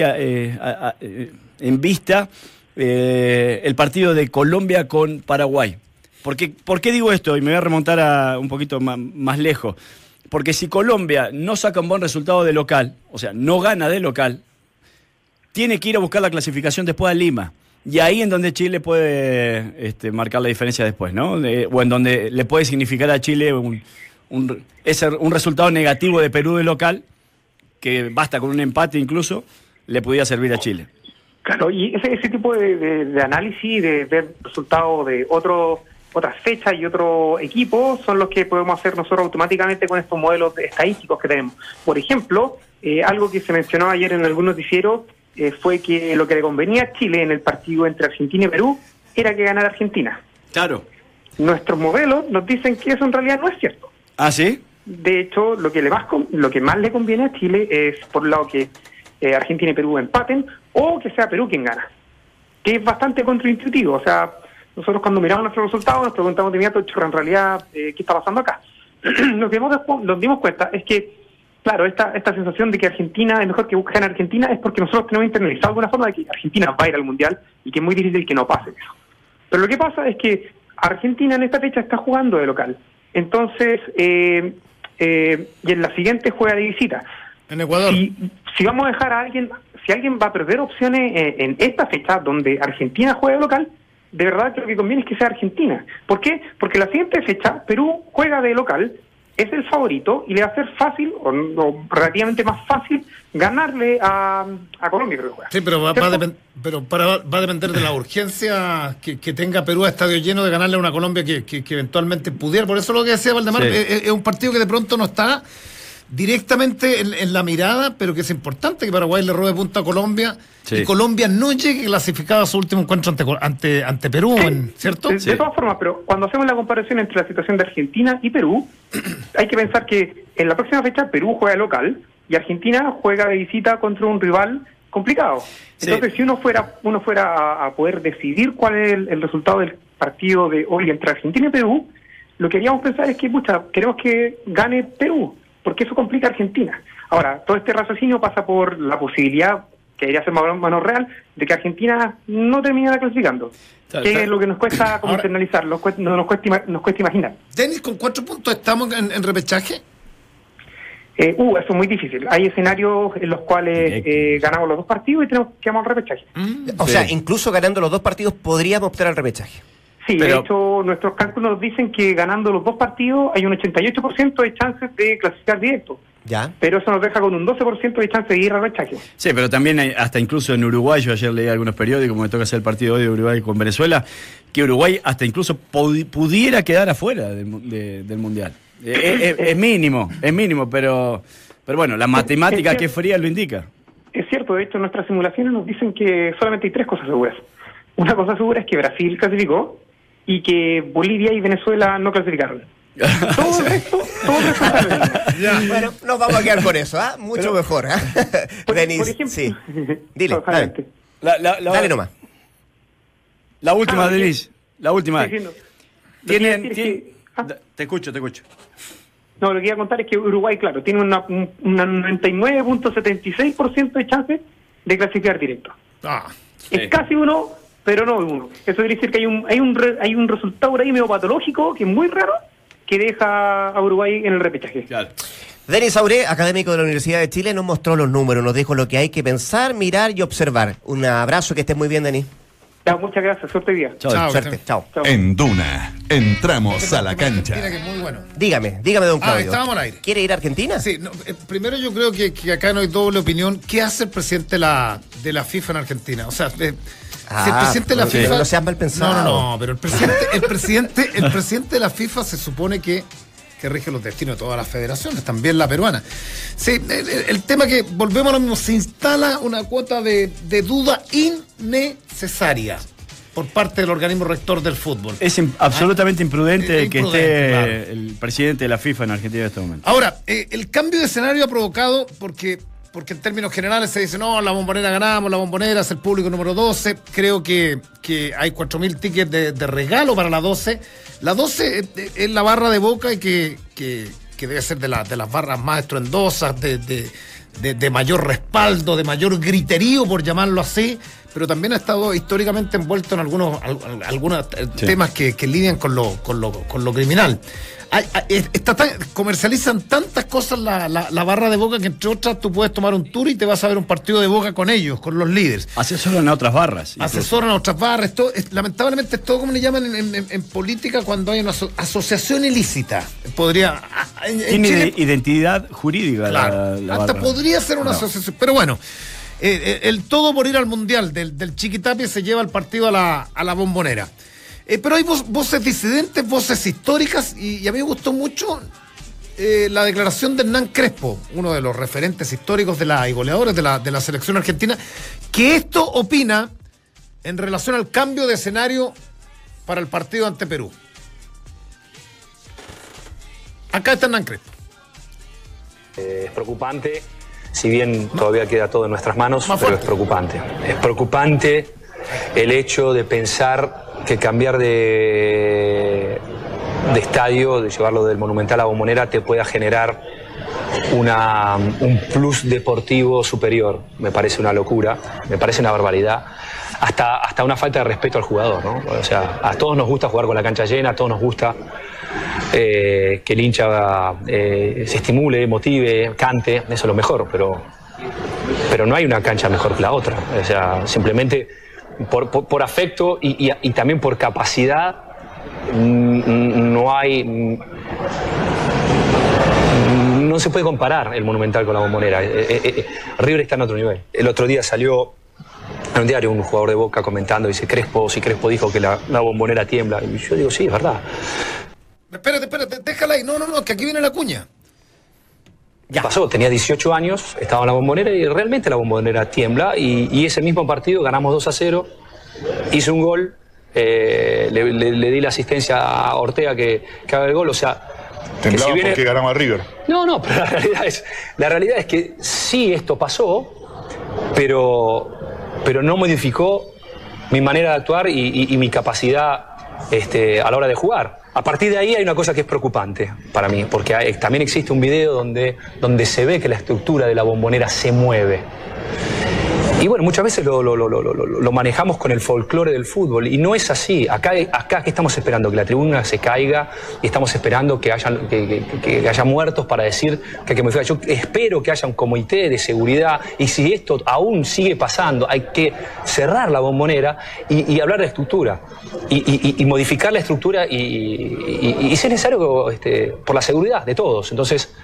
en vista el partido de Colombia con Paraguay. ¿Por qué digo esto? Y me voy a remontar un poquito más lejos. Porque si Colombia no saca un buen resultado de local, o sea, no gana de local, tiene que ir a buscar la clasificación después a Lima. Y ahí en donde Chile puede marcar la diferencia después, ¿no? O en donde le puede significar a Chile un resultado negativo de Perú de local, que basta con un empate incluso, le pudiera servir a Chile. Claro, y ese tipo de análisis, de ver resultados de otras fechas y otro equipo son los que podemos hacer nosotros automáticamente con estos modelos estadísticos que tenemos. Por ejemplo, algo que se mencionó ayer en algún noticiero fue que lo que le convenía a Chile en el partido entre Argentina y Perú era que ganara Argentina. Claro. Nuestros modelos nos dicen que eso en realidad no es cierto. ¿Ah, sí? De hecho, lo que más le conviene a Chile es, por un lado, que Argentina y Perú empaten o que sea Perú quien gana. Que es bastante contraintuitivo, o sea, nosotros cuando miramos nuestros resultados nos preguntamos de inmediato, en realidad, ¿qué está pasando acá? Lo que nos dimos cuenta es que, claro, esta sensación de que Argentina es mejor que gane Argentina es porque nosotros tenemos internalizado de alguna forma de que Argentina va a ir al Mundial y que es muy difícil que no pase eso. Pero lo que pasa es que Argentina en esta fecha está jugando de local. Entonces, y en la siguiente juega de visita. En Ecuador. Si vamos a dejar a alguien, si alguien va a perder opciones en esta fecha donde Argentina juega de local, de verdad que lo que conviene es que sea Argentina. ¿Por qué? Porque la siguiente fecha Perú juega de local es el favorito y le va a ser fácil, o relativamente más fácil, ganarle a Colombia, creo que juega. Sí, pero va a depender de la urgencia que tenga Perú a estadio lleno de ganarle a una Colombia que eventualmente pudiera. Por eso lo que decía Valdemar, es un partido que de pronto no está directamente en la mirada, pero que es importante que Paraguay le robe punto a Colombia y Colombia no llegue clasificada a su último encuentro ante Perú, ¿cierto? De todas formas, pero cuando hacemos la comparación entre la situación de Argentina y Perú, hay que pensar que en la próxima fecha Perú juega local y Argentina juega de visita contra un rival complicado. Entonces, si uno fuera a poder decidir cuál es el resultado del partido de hoy entre Argentina y Perú, lo que queríamos pensar es que, queremos que gane Perú, porque eso complica a Argentina. Ahora, todo este raciocinio pasa por la posibilidad, que debería ser más o menos real, de que Argentina no termine clasificando. Que es lo que nos cuesta como internalizar, nos cuesta imaginar. Denis, ¿con 4 puntos estamos en repechaje? Eso es muy difícil. Hay escenarios en los cuales ganamos los 2 partidos y tenemos que ir al repechaje. O sea, incluso ganando los 2 partidos podríamos optar al repechaje. Sí, de hecho, nuestros cálculos nos dicen que ganando los 2 partidos hay un 88% de chances de clasificar directo. Ya. Pero eso nos deja con un 12% de chance de ir al rechazo. Sí, pero también hay, hasta incluso en Uruguay, yo ayer leí algunos periódicos, me toca hacer el partido hoy de Uruguay con Venezuela, que Uruguay hasta incluso pudiera quedar afuera del Mundial. Es mínimo, pero bueno, la matemática que es fría lo indica. Es cierto, de hecho, nuestras simulaciones nos dicen que solamente hay 3 cosas seguras. Una cosa segura es que Brasil clasificó y que Bolivia y Venezuela no clasificaron. Todo esto Bueno, nos vamos a quedar con eso, mucho mejor. Denis, por ejemplo, sí. Dile, dale. Dale nomás. La última, Denis. La última. Te escucho. No, lo que iba a contar es que Uruguay, claro, tiene una 99.76% de chance de clasificar directo. Es casi uno, pero no uno. Eso quiere decir que hay un resultado por ahí medio patológico, que es muy raro, que deja a Uruguay en el repechaje. Claro. Denis Auré, académico de la Universidad de Chile, nos mostró los números, nos dijo lo que hay que pensar, mirar y observar. Un abrazo, que estés muy bien, Denis. Muchas gracias, suerte hoy día. Chao. Suerte, chao. En Duna, entramos a la cancha. Mira que es muy bueno. Dígame, don Claudio. Estábamos al aire. ¿Quiere ir a Argentina? Sí, primero yo creo que acá no hay doble opinión. ¿Qué hace el presidente de la FIFA en Argentina? O sea, si el presidente de la FIFA... No seas mal pensado. No, pero el presidente de la FIFA se supone que rige los destinos de todas las federaciones, también la peruana. Sí, el tema que, volvemos a lo mismo, se instala una cuota de duda innecesaria por parte del organismo rector del fútbol. Es absolutamente imprudente que esté claro, el presidente de la FIFA en Argentina en este momento. Ahora, el cambio de escenario ha provocado, porque en términos generales se dice, no, la Bombonera ganamos, la Bombonera es el público número 12, creo que hay 4.000 tickets de regalo para la 12. La 12 es la barra de Boca y que debe ser de las barras más estruendosas, de mayor respaldo, de mayor griterío, por llamarlo así, pero también ha estado históricamente envuelto en algunos temas que lidian con lo criminal. Comercializan tantas cosas la barra de Boca que, entre otras, tú puedes tomar un tour y te vas a ver un partido de Boca con ellos, con los líderes. Asesoran a otras barras. Asesoran a otras barras. Lamentablemente es todo como le llaman en política cuando hay una asociación ilícita. Tiene identidad jurídica. Claro, la hasta barra. podría ser una asociación. Pero bueno, el todo por ir al Mundial del Chiquitapia se lleva el partido a la Bombonera. Pero hay voces disidentes, voces históricas, y a mí me gustó mucho la declaración de Hernán Crespo, uno de los referentes históricos y goleadores de la selección argentina, que esto opina en relación al cambio de escenario para el partido ante Perú. Acá está Hernán Crespo. Es preocupante, si bien todavía queda todo en nuestras manos, pero es preocupante. Es preocupante el hecho de pensar que cambiar de estadio, de llevarlo del Monumental a Bombonera, te pueda generar un plus deportivo superior. Me parece una locura, me parece una barbaridad, hasta una falta de respeto al jugador, ¿no? O sea, a todos nos gusta jugar con la cancha llena, a todos nos gusta que el hincha se estimule, motive, cante, eso es lo mejor, pero no hay una cancha mejor que la otra. O sea, simplemente por afecto y también por capacidad no hay no se puede comparar el Monumental con la Bombonera. River está en otro nivel. El otro día salió en un diario un jugador de Boca comentando, dice Crespo dijo que la Bombonera tiembla. Y yo digo, sí, es verdad. Espérate, déjala ahí. No, que aquí viene la cuña. Ya pasó, tenía 18 años, estaba en la Bombonera y realmente la Bombonera tiembla. Y ese mismo partido ganamos 2-0, hice un gol, le di la asistencia a Ortega que haga el gol, o sea... Temblaba si viene... porque ganaba a River. No, pero la realidad es que sí esto pasó, pero no modificó mi manera de actuar y mi capacidad a la hora de jugar. A partir de ahí hay una cosa que es preocupante para mí, porque también existe un video donde se ve que la estructura de la Bombonera se mueve. Y bueno, muchas veces lo manejamos con el folclore del fútbol y no es así. Acá ¿qué estamos esperando? Que la tribuna se caiga y estamos esperando que haya muertos para decir que hay que modificar. Yo espero que haya un comité de seguridad y si esto aún sigue pasando, hay que cerrar la Bombonera y hablar de estructura y modificar la estructura y si es necesario por la seguridad de todos. Entonces,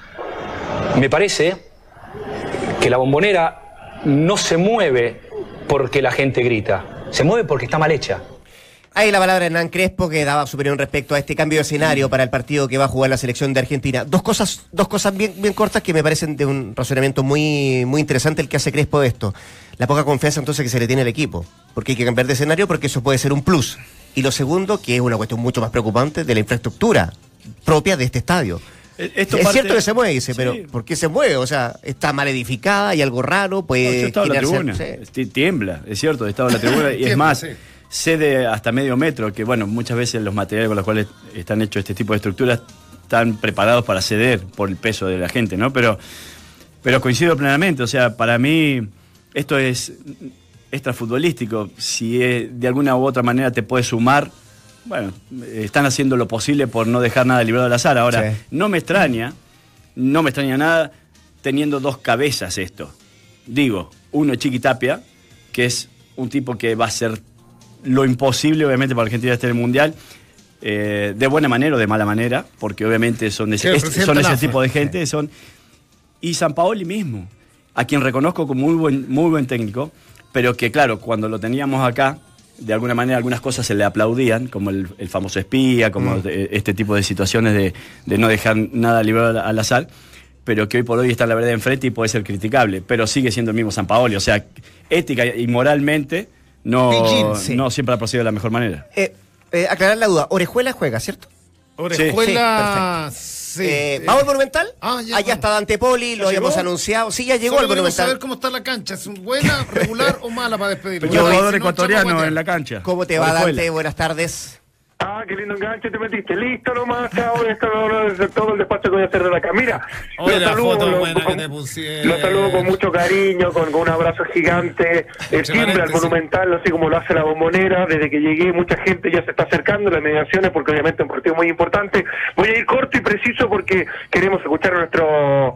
me parece que la Bombonera no se mueve porque la gente grita, se mueve porque está mal hecha. Ahí la palabra de Hernán Crespo, que daba su opinión respecto a este cambio de escenario para el partido que va a jugar la selección de Argentina. Dos cosas bien cortas que me parecen de un razonamiento muy interesante el que hace Crespo de esto. La poca confianza entonces que se le tiene al equipo, porque hay que cambiar de escenario porque eso puede ser un plus. Y lo segundo, que es una cuestión mucho más preocupante, de la infraestructura propia de este estadio. Es cierto que se mueve, dice, pero sí. ¿Por qué se mueve? O sea, está mal edificada, hay algo raro, puede generarse... Tiembla, es cierto, estaba la tribuna, y es más, cede hasta medio metro, que bueno, muchas veces los materiales con los cuales están hechos este tipo de estructuras están preparados para ceder por el peso de la gente, ¿no? Pero coincido plenamente, o sea, para mí esto es extrafutbolístico, si de alguna u otra manera te puede sumar. Bueno, están haciendo lo posible por no dejar nada librado al azar. Ahora, sí. no me extraña nada teniendo dos cabezas esto. Digo, uno Chiqui Tapia, que es un tipo que va a hacer lo imposible, obviamente, para Argentina estar en el Mundial, de buena manera o de mala manera, porque obviamente son ese tipo de gente. Y Sampaoli mismo, a quien reconozco como muy buen técnico, pero que claro, cuando lo teníamos acá, de alguna manera algunas cosas se le aplaudían, como el famoso espía, como este tipo de situaciones de no dejar nada librado al azar, pero que hoy por hoy está la verdad enfrente y puede ser criticable, pero sigue siendo el mismo Sampaoli, o sea, ética y moralmente no siempre ha procedido de la mejor manera. Aclarar la duda, Orejuela juega, ¿cierto? Orejuela... Sí. ¿Vamos al Monumental? Allá está Dante Poli, lo habíamos anunciado. Sí, ya llegó al Monumental. A ver cómo está la cancha. ¿Es buena, regular o mala para despedirlo? Jugador ecuatoriano en la cancha. ¿Cómo te va, Dante? Buenas tardes. Qué lindo enganche te metiste. Listo nomás, ahora está todo el despacho que voy a hacer de acá. Mira, lo saludo con mucho cariño, con un abrazo gigante. Tiembla el Monumental, así como lo hace la Bombonera. Desde que llegué, mucha gente ya se está acercando a las mediaciones, porque obviamente es un partido muy importante. Voy a ir corto y preciso porque queremos escuchar a nuestro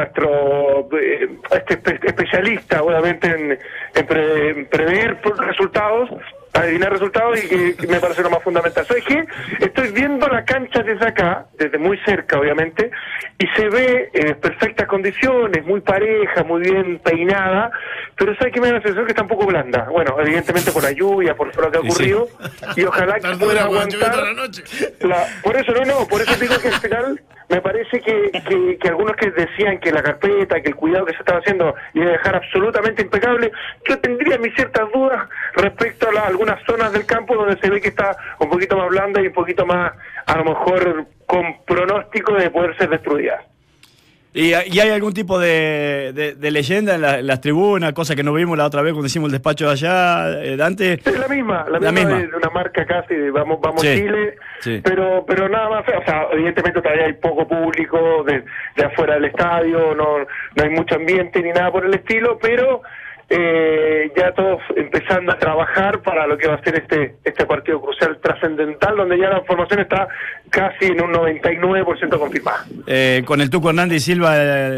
especialista, obviamente, en prever resultados, adivinar resultados, y que me parece lo más fundamental. ¿Sabes qué? Estoy viendo la cancha desde acá, desde muy cerca obviamente, y se ve en perfectas condiciones, muy pareja, muy bien peinada, pero ¿sabes qué me da la sensación? Que está un poco blanda. Bueno, evidentemente por la lluvia, por lo que ha ocurrido, y ojalá que pueda aguantar. Por eso digo que al final me parece que algunos que decían que la carpeta, que el cuidado que se estaba haciendo iba a dejar absolutamente impecable, yo tendría mis ciertas dudas respecto a algunas zonas del campo donde se ve que está un poquito más blanda y un poquito más, a lo mejor, con pronóstico de poder ser destruida. ¿Y hay algún tipo de leyenda en las tribunas, cosa que no vimos la otra vez cuando hicimos el despacho de allá, Dante? Es la misma. De una marca casi de vamos Chile, sí. Pero nada más, o sea, evidentemente todavía hay poco público de afuera del estadio, no hay mucho ambiente ni nada por el estilo, pero ya todos empezando a trabajar para lo que va a ser este partido crucial trascendental, donde ya la formación está casi en un 99% confirmada. Con el Tuco Hernández y Silva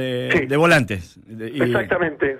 de volantes. Exactamente.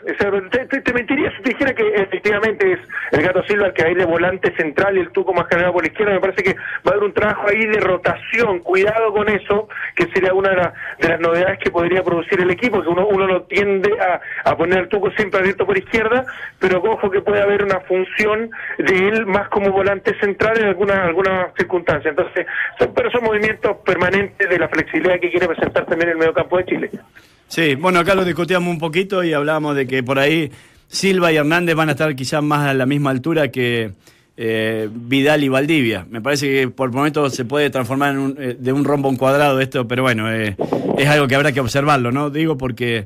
Te mentiría si te dijera que efectivamente es el Gato Silva el que va a ir de volante central y el Tuco más general por la izquierda. Me parece que va a haber un trabajo ahí de rotación. Cuidado con eso, que sería una de las novedades que podría producir el equipo, que uno lo tiende a poner al Tuco siempre abierto por izquierda, pero ojo que puede haber una función de él más como volante central en algunas circunstancias. Entonces, son movimientos permanentes de la flexibilidad que quiere presentar también el mediocampo de Chile. Sí, bueno, acá lo discutíamos un poquito y hablábamos de que por ahí Silva y Hernández van a estar quizás más a la misma altura que Vidal y Valdivia. Me parece que por momentos se puede transformar de un rombo a un cuadrado esto, pero bueno, es algo que habrá que observarlo, ¿no? Digo porque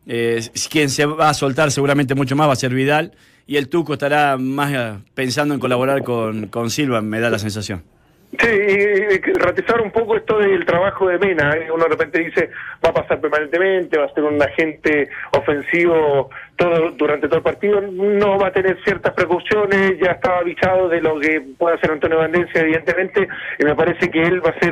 quien se va a soltar seguramente mucho más va a ser Vidal y el Tuco estará más pensando en colaborar con Silva, me da la sensación. Sí, y ratificar un poco esto del trabajo de Mena. Uno de repente dice, va a pasar permanentemente, va a ser un agente ofensivo durante todo el partido. No va a tener ciertas precauciones, ya estaba avisado de lo que puede hacer Antonio Vandencia, evidentemente, y me parece que él va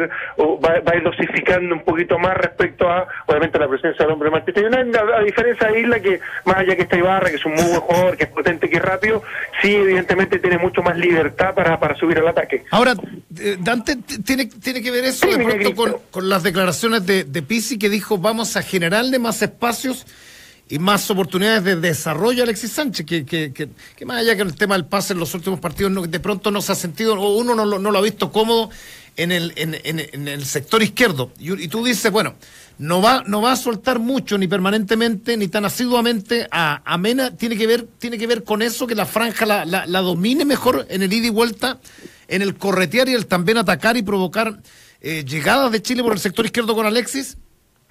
a ir dosificando un poquito más respecto a, obviamente, la presencia del hombre Martínez. A diferencia de Isla, que más allá que está Ibarra, que es un muy buen jugador, que es potente, que es rápido, sí, evidentemente tiene mucho más libertad para subir al ataque. Ahora, Dante, ¿tiene que ver eso de pronto con las declaraciones de Pizzi, que dijo vamos a generarle más espacios y más oportunidades de desarrollo a Alexis Sánchez, que más allá que el tema del pase en los últimos partidos de pronto no se ha sentido, o uno no lo ha visto cómodo en el sector izquierdo, y tú dices, bueno, no va a soltar mucho, ni permanentemente, ni tan asiduamente a Mena. Tiene que ver con eso, que la franja la domine mejor en el ida y vuelta, en el corretear y el también atacar y provocar llegadas de Chile por el sector izquierdo con Alexis.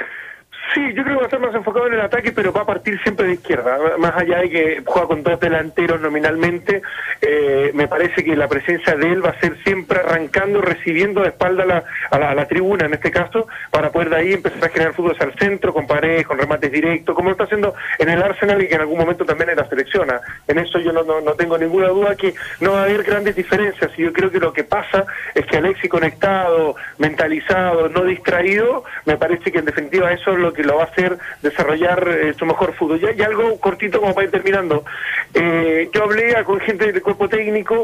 Sí, yo creo que va a estar más enfocado en el ataque, pero va a partir siempre de izquierda. Más allá de que juega con dos delanteros nominalmente, me parece que la presencia de él va a ser siempre arrancando, recibiendo de espalda a la tribuna, en este caso, para poder de ahí empezar a generar fútbol hacia el centro, con paredes, con remates directos, como lo está haciendo en el Arsenal y que en algún momento también en la selección. En eso yo no tengo ninguna duda que no va a haber grandes diferencias, y yo creo que lo que pasa es que Alexis conectado, mentalizado, no distraído, me parece que en definitiva eso es lo que lo va a hacer desarrollar su mejor fútbol. Y algo cortito como para ir terminando. Yo hablé con gente del cuerpo técnico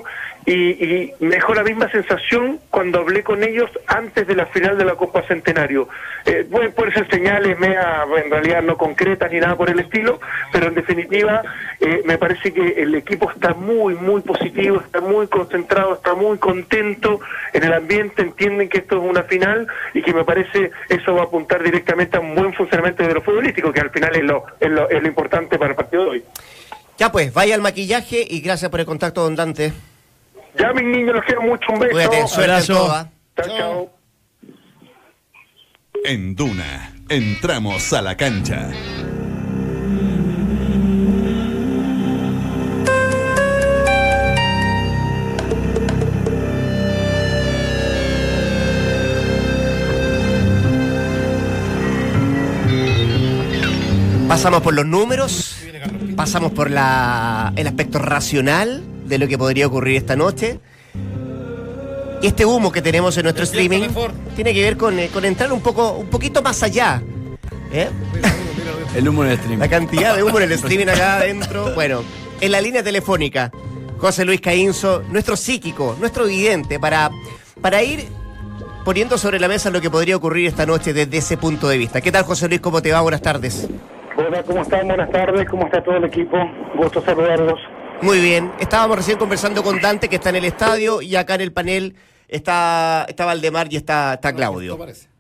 y me dejó la misma sensación cuando hablé con ellos antes de la final de la Copa Centenario. Pueden ser señales en realidad no concretas ni nada por el estilo, pero en definitiva me parece que el equipo está muy, muy positivo, está muy concentrado, está muy contento en el ambiente, entienden que esto es una final y que me parece eso va a apuntar directamente a un buen funcionamiento de lo futbolístico, que al final es lo importante para el partido de hoy. Ya pues, vaya al maquillaje y gracias por el contacto, don Dante. Ya, mis niños, los quiero mucho, un beso. Cuídate, suerte en todo, ¿eh? Chao. En Duna, entramos a la cancha. Pasamos por los números, pasamos por el aspecto racional de lo que podría ocurrir esta noche. Y este humo que tenemos en nuestro streaming tiene que ver con entrar un poquito más allá. El humo en el streaming. La cantidad de humo en el streaming acá adentro. Bueno, en la línea telefónica, José Luis Caínzo, nuestro psíquico, nuestro vidente, para ir poniendo sobre la mesa lo que podría ocurrir esta noche desde ese punto de vista. ¿Qué tal, José Luis? ¿Cómo te va? Buenas tardes. Hola, ¿cómo están? Buenas tardes, ¿cómo está todo el equipo? Gusto saludarlos. Muy bien, estábamos recién conversando con Dante, que está en el estadio, y acá en el panel está Valdemar y está Claudio.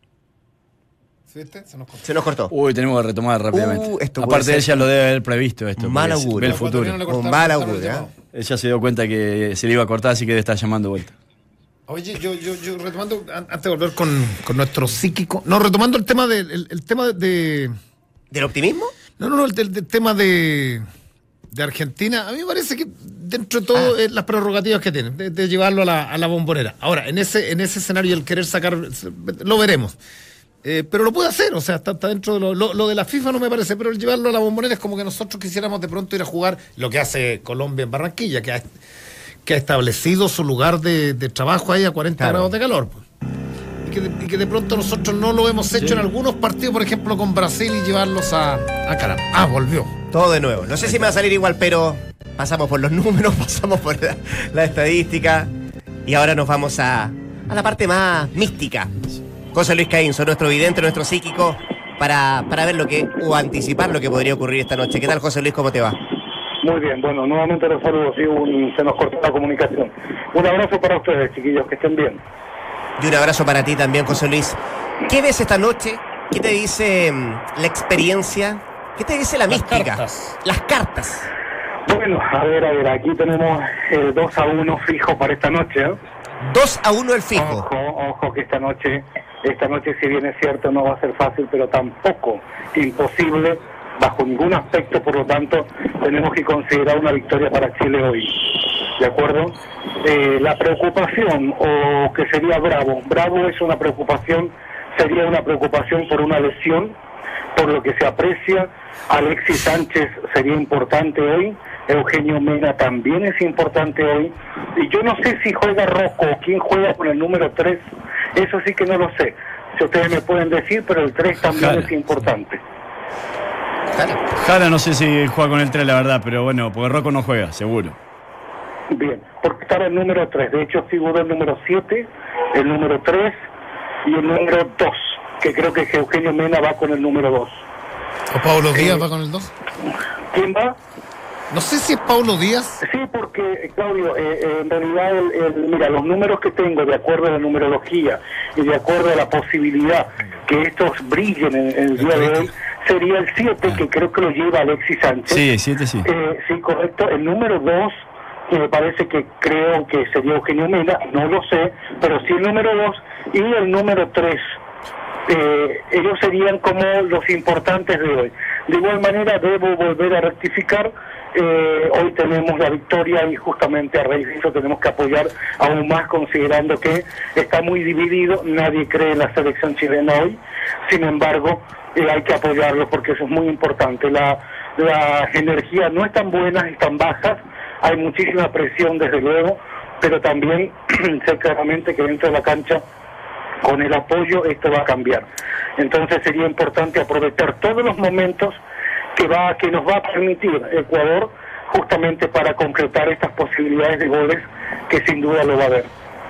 Se nos cortó. Uy, tenemos que retomar rápidamente. Aparte de ella lo debe haber previsto esto. Mal augurio. Ve el futuro. Un mal augurio, ¿eh? Ella se dio cuenta que se le iba a cortar, así que debe estar llamando de vuelta. Oye, yo retomando, antes de volver con nuestro psíquico, retomando el tema de ¿del optimismo? No, el tema de Argentina. A mí me parece que dentro de todo las prerrogativas que tienen, de llevarlo a la bombonera. Ahora, en ese escenario, el querer sacar, lo veremos. pero lo puede hacer, o sea, está dentro de lo de la FIFA no me parece, pero el llevarlo a la Bombonera es como que nosotros quisiéramos de pronto ir a jugar lo que hace Colombia en Barranquilla, que ha establecido su lugar de trabajo ahí a 40 grados de calor. Pues. Y que de pronto nosotros no lo hemos hecho en algunos partidos, por ejemplo con Brasil, y llevarlos a Caramba. Volvió. Todo de nuevo. No sé si me va a salir igual, pero pasamos por los números, pasamos por la estadística y ahora nos vamos a la parte más mística. José Luis Caínzo, nuestro vidente, nuestro psíquico, para ver o anticipar lo que podría ocurrir esta noche. ¿Qué tal, José Luis? ¿Cómo te va? Muy bien, bueno, nuevamente los saludos, se nos cortó la comunicación. Un abrazo para ustedes, chiquillos, que estén bien. Y un abrazo para ti también, José Luis. ¿Qué ves esta noche? ¿Qué te dice la experiencia? ¿Qué te dice la mística? Las cartas. Bueno, a ver, aquí tenemos el 2-1 fijo para esta noche, ¿eh? 2-1 el fijo. Ojo que esta noche, si bien es cierto, no va a ser fácil, pero tampoco imposible, bajo ningún aspecto, por lo tanto, tenemos que considerar una victoria para Chile hoy. ¿De acuerdo? La preocupación, o que sería Bravo es una preocupación, sería una preocupación por una lesión, por lo que se aprecia. Alexis Sánchez sería importante hoy, Eugenio Mena también es importante hoy, y yo no sé si juega Rocco o quién juega con el número 3, eso sí que no lo sé, si ustedes me pueden decir, pero el 3 también es importante. Jara no sé si juega con el 3, la verdad, pero bueno, porque Rocco no juega, seguro. Bien, porque estaba el número 3, de hecho figuró el número 7, el número 3 y el número 2, que creo que Eugenio Mena va con el número 2. ¿O Pablo Díaz va con el 2? ¿Quién va? No sé si es Paulo Díaz. Sí, porque, Claudio, en realidad, mira, los números que tengo, de acuerdo a la numerología y de acuerdo a la posibilidad que estos brillen en el día de hoy, sería el 7, que creo que lo lleva Alexis Sánchez. Sí, 7 sí. Sí, correcto. El número 2, que me parece que creo que sería Eugenio Mena, no lo sé, pero sí el número 2 y el número 3. Ellos serían como los importantes de hoy. De igual manera, debo volver a rectificar. Hoy tenemos la victoria y justamente a raíz de eso tenemos que apoyar aún más, considerando que está muy dividido, nadie cree en la selección chilena hoy. Sin embargo, hay que apoyarlo porque eso es muy importante. Las energías no están buenas, están bajas, hay muchísima presión desde luego, pero también sé claramente que dentro de la cancha, con el apoyo, esto va a cambiar. Entonces sería importante aprovechar todos los momentos que nos va a permitir Ecuador, justamente para concretar estas posibilidades de goles, que sin duda lo va a haber.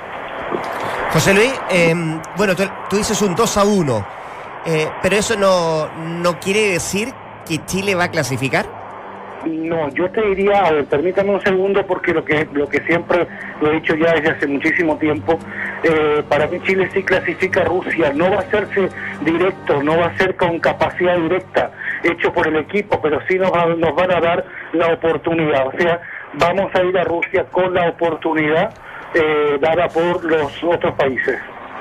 José Luis, bueno, tú dices un 2-1, pero eso no quiere decir que Chile va a clasificar. No, yo te diría, a ver, permítame un segundo, porque lo que siempre lo he dicho ya desde hace muchísimo tiempo, para mí Chile sí clasifica a Rusia, no va a hacerse directo, no va a ser con capacidad directa, hecho por el equipo, pero sí nos van a dar la oportunidad, o sea, vamos a ir a Rusia con la oportunidad dada por los otros países.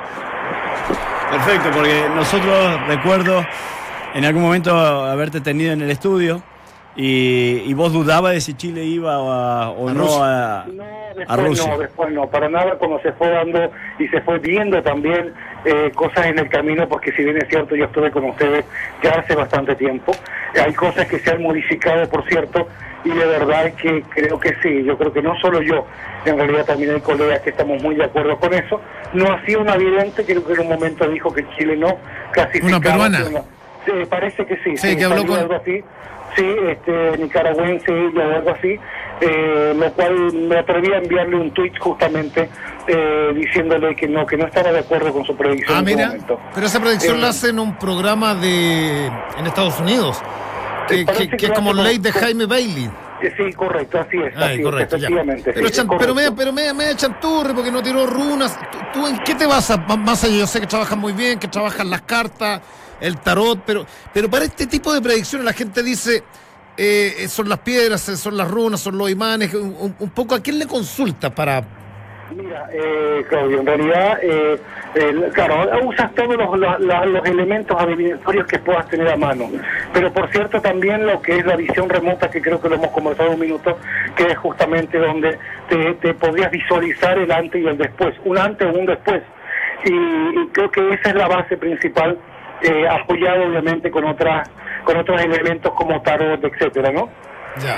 Perfecto, porque nosotros, recuerdo en algún momento haberte tenido en el estudio, y vos dudabas de si Chile iba o no a Rusia. No, después no, para nada, cuando se fue dando y se fue viendo también cosas en el camino, porque si bien es cierto, yo estuve con ustedes ya hace bastante tiempo, hay cosas que se han modificado, por cierto, y de verdad es que creo que sí, yo creo que no solo yo, en realidad también hay colegas que estamos muy de acuerdo con eso. No ha sido una evidente, creo que en un momento dijo que Chile no clasificaba. Una peruana. Parece que sí. Sí, que habló con... algo así. Sí, nicaragüense o algo así, lo cual me atreví a enviarle un tweet justamente diciéndole que no estaba de acuerdo con su predicción. Mira, pero esa predicción la hace en un programa en Estados Unidos, que es como ley de Jaime Bailey. Sí, correcto, así es. Correcto, efectivamente. Pero me chanturre porque no tiró runas. ¿Tú en qué te basas más allá? Yo sé que trabajas muy bien, que trabajan las cartas, el tarot, pero para este tipo de predicciones la gente dice son las piedras, son las runas, son los imanes, un poco, ¿a quién le consulta para...? Mira, Claudio, en realidad, claro, usas todos los elementos adivinatorios que puedas tener a mano, pero por cierto también lo que es la visión remota, que creo que lo hemos conversado un minuto, que es justamente donde te podrías visualizar el antes y el después, un antes o un después, y creo que esa es la base principal apoyado obviamente con otros elementos como tarot, etcétera, ¿no? Ya,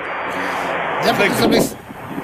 pues, José Luis.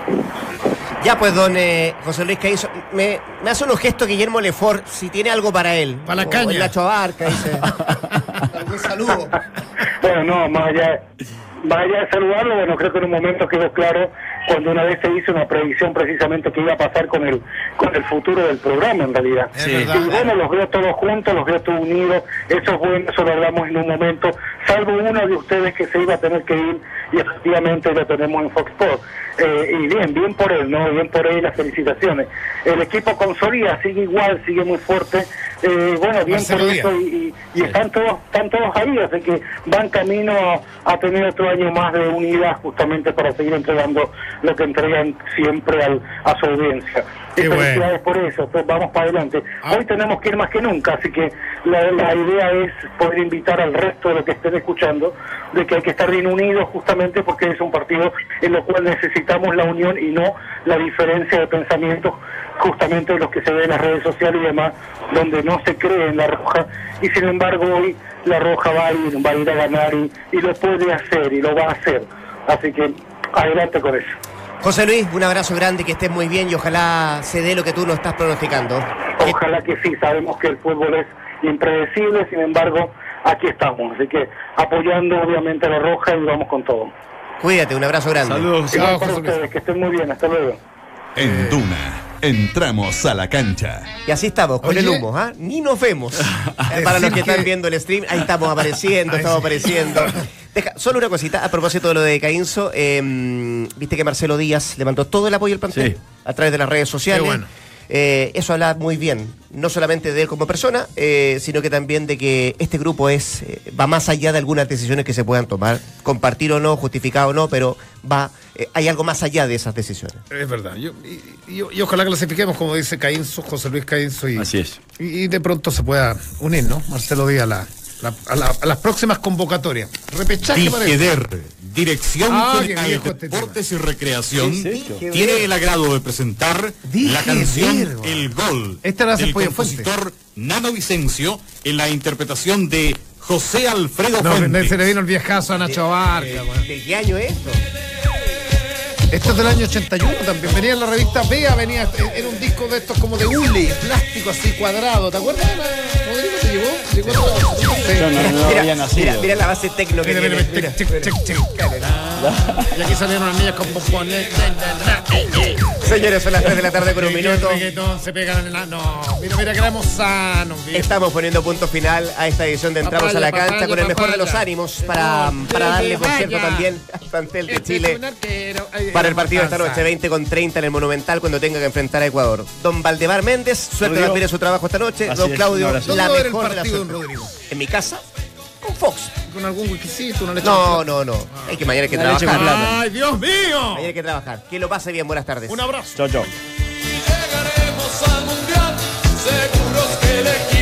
Ya pues, don José Luis Caízo, me hace unos gestos Guillermo Lefort, si tiene algo para él. Para la caña. El Nacho Abarca, dice. Algún saludo. Bueno, no, más allá de saludarlo, bueno, creo que en un momento quedó claro cuando una vez se hizo una predicción precisamente que iba a pasar con el futuro del programa, en realidad. Sí. Y bueno, los veo todos juntos, los veo todos unidos, eso es bueno, eso lo hablamos en un momento, salvo uno de ustedes que se iba a tener que ir, y efectivamente lo tenemos en Fox Sports. Y bien por él, ¿no? Bien por él, las felicitaciones. El equipo con Soria sigue igual, sigue muy fuerte. Bueno, bien Marcelo por eso, y están todos ahí, así que van camino a tener otro año más de unidad justamente para seguir entregando lo que entregan siempre a su audiencia. Qué Felicidades por eso, pues vamos para adelante. Hoy tenemos que ir más que nunca, así que la idea es poder invitar al resto de los que estén escuchando de que hay que estar bien unidos justamente porque es un partido en lo cual necesitamos la unión y no la diferencia de pensamientos justamente de los que se ven en las redes sociales y demás, donde no se cree en la Roja, y sin embargo hoy la Roja va a ir a ganar y lo puede hacer y lo va a hacer, así que adelante con eso. José Luis, un abrazo grande, que estés muy bien y ojalá se dé lo que tú nos estás pronosticando. Ojalá que sí, sabemos que el fútbol es impredecible, sin embargo, aquí estamos, así que apoyando obviamente a la Roja y vamos con todo. Cuídate, un abrazo grande. Saludos. Igual para ustedes, que estén muy bien, hasta luego. En Duna, entramos a la cancha. Y así estamos, con el humo, ¿ah? Ni nos vemos. Para los que están viendo el stream, ahí estamos apareciendo, Solo una cosita, a propósito de lo de Caínzo, viste que Marcelo Díaz le mandó todo el apoyo al plantel a través de las redes sociales. Qué bueno. Eso habla muy bien, no solamente de él como persona, sino que también de que este grupo va más allá de algunas decisiones que se puedan tomar, compartir o no, justificado o no, pero hay algo más allá de esas decisiones. Es verdad. Y ojalá clasifiquemos, como dice Caínzo, José Luis Caínzo. Así es. Y de pronto se pueda unir, ¿no? Marcelo Díaz a las próximas convocatorias. Repechaje para Dirección General de Deportes y Recreación tiene el agrado de presentar la canción El Gol del compositor Nano Vicencio en la interpretación de José Alfredo Fuentes. Se le vino el viejazo a Nacho Abarca. ¿De qué año es esto? Esto es del año 81 también. Venía en la revista Vea, era un disco de estos como de hule, plástico así cuadrado. ¿Te acuerdas? ¿Rodrigo se llevó? Mira la base tecno que tiene. Y aquí salieron las niñas con pompones. Señores, son las 3 de la tarde con un minuto. Se pegan en la... No, mira que éramos sanos. Estamos poniendo punto final a esta edición de Entramos a la Cancha con el mejor de los ánimos para darle, por cierto, también al plantel de Chile para el partido de esta noche, 20:30 en el Monumental, cuando tenga que enfrentar a Ecuador. Don Valdemar Méndez, suerte de admirar su trabajo esta noche. Don Claudio, la mejor de la suerte. En mi casa, con Fox. Con algún whiskycito, una leche. No. Hay que mañana hay que trabajar. ¡Ay, Dios mío! Mañana hay que trabajar. Que lo pase bien, buenas tardes. Un abrazo. Chao. Llegaremos al mundial, seguros que el equipo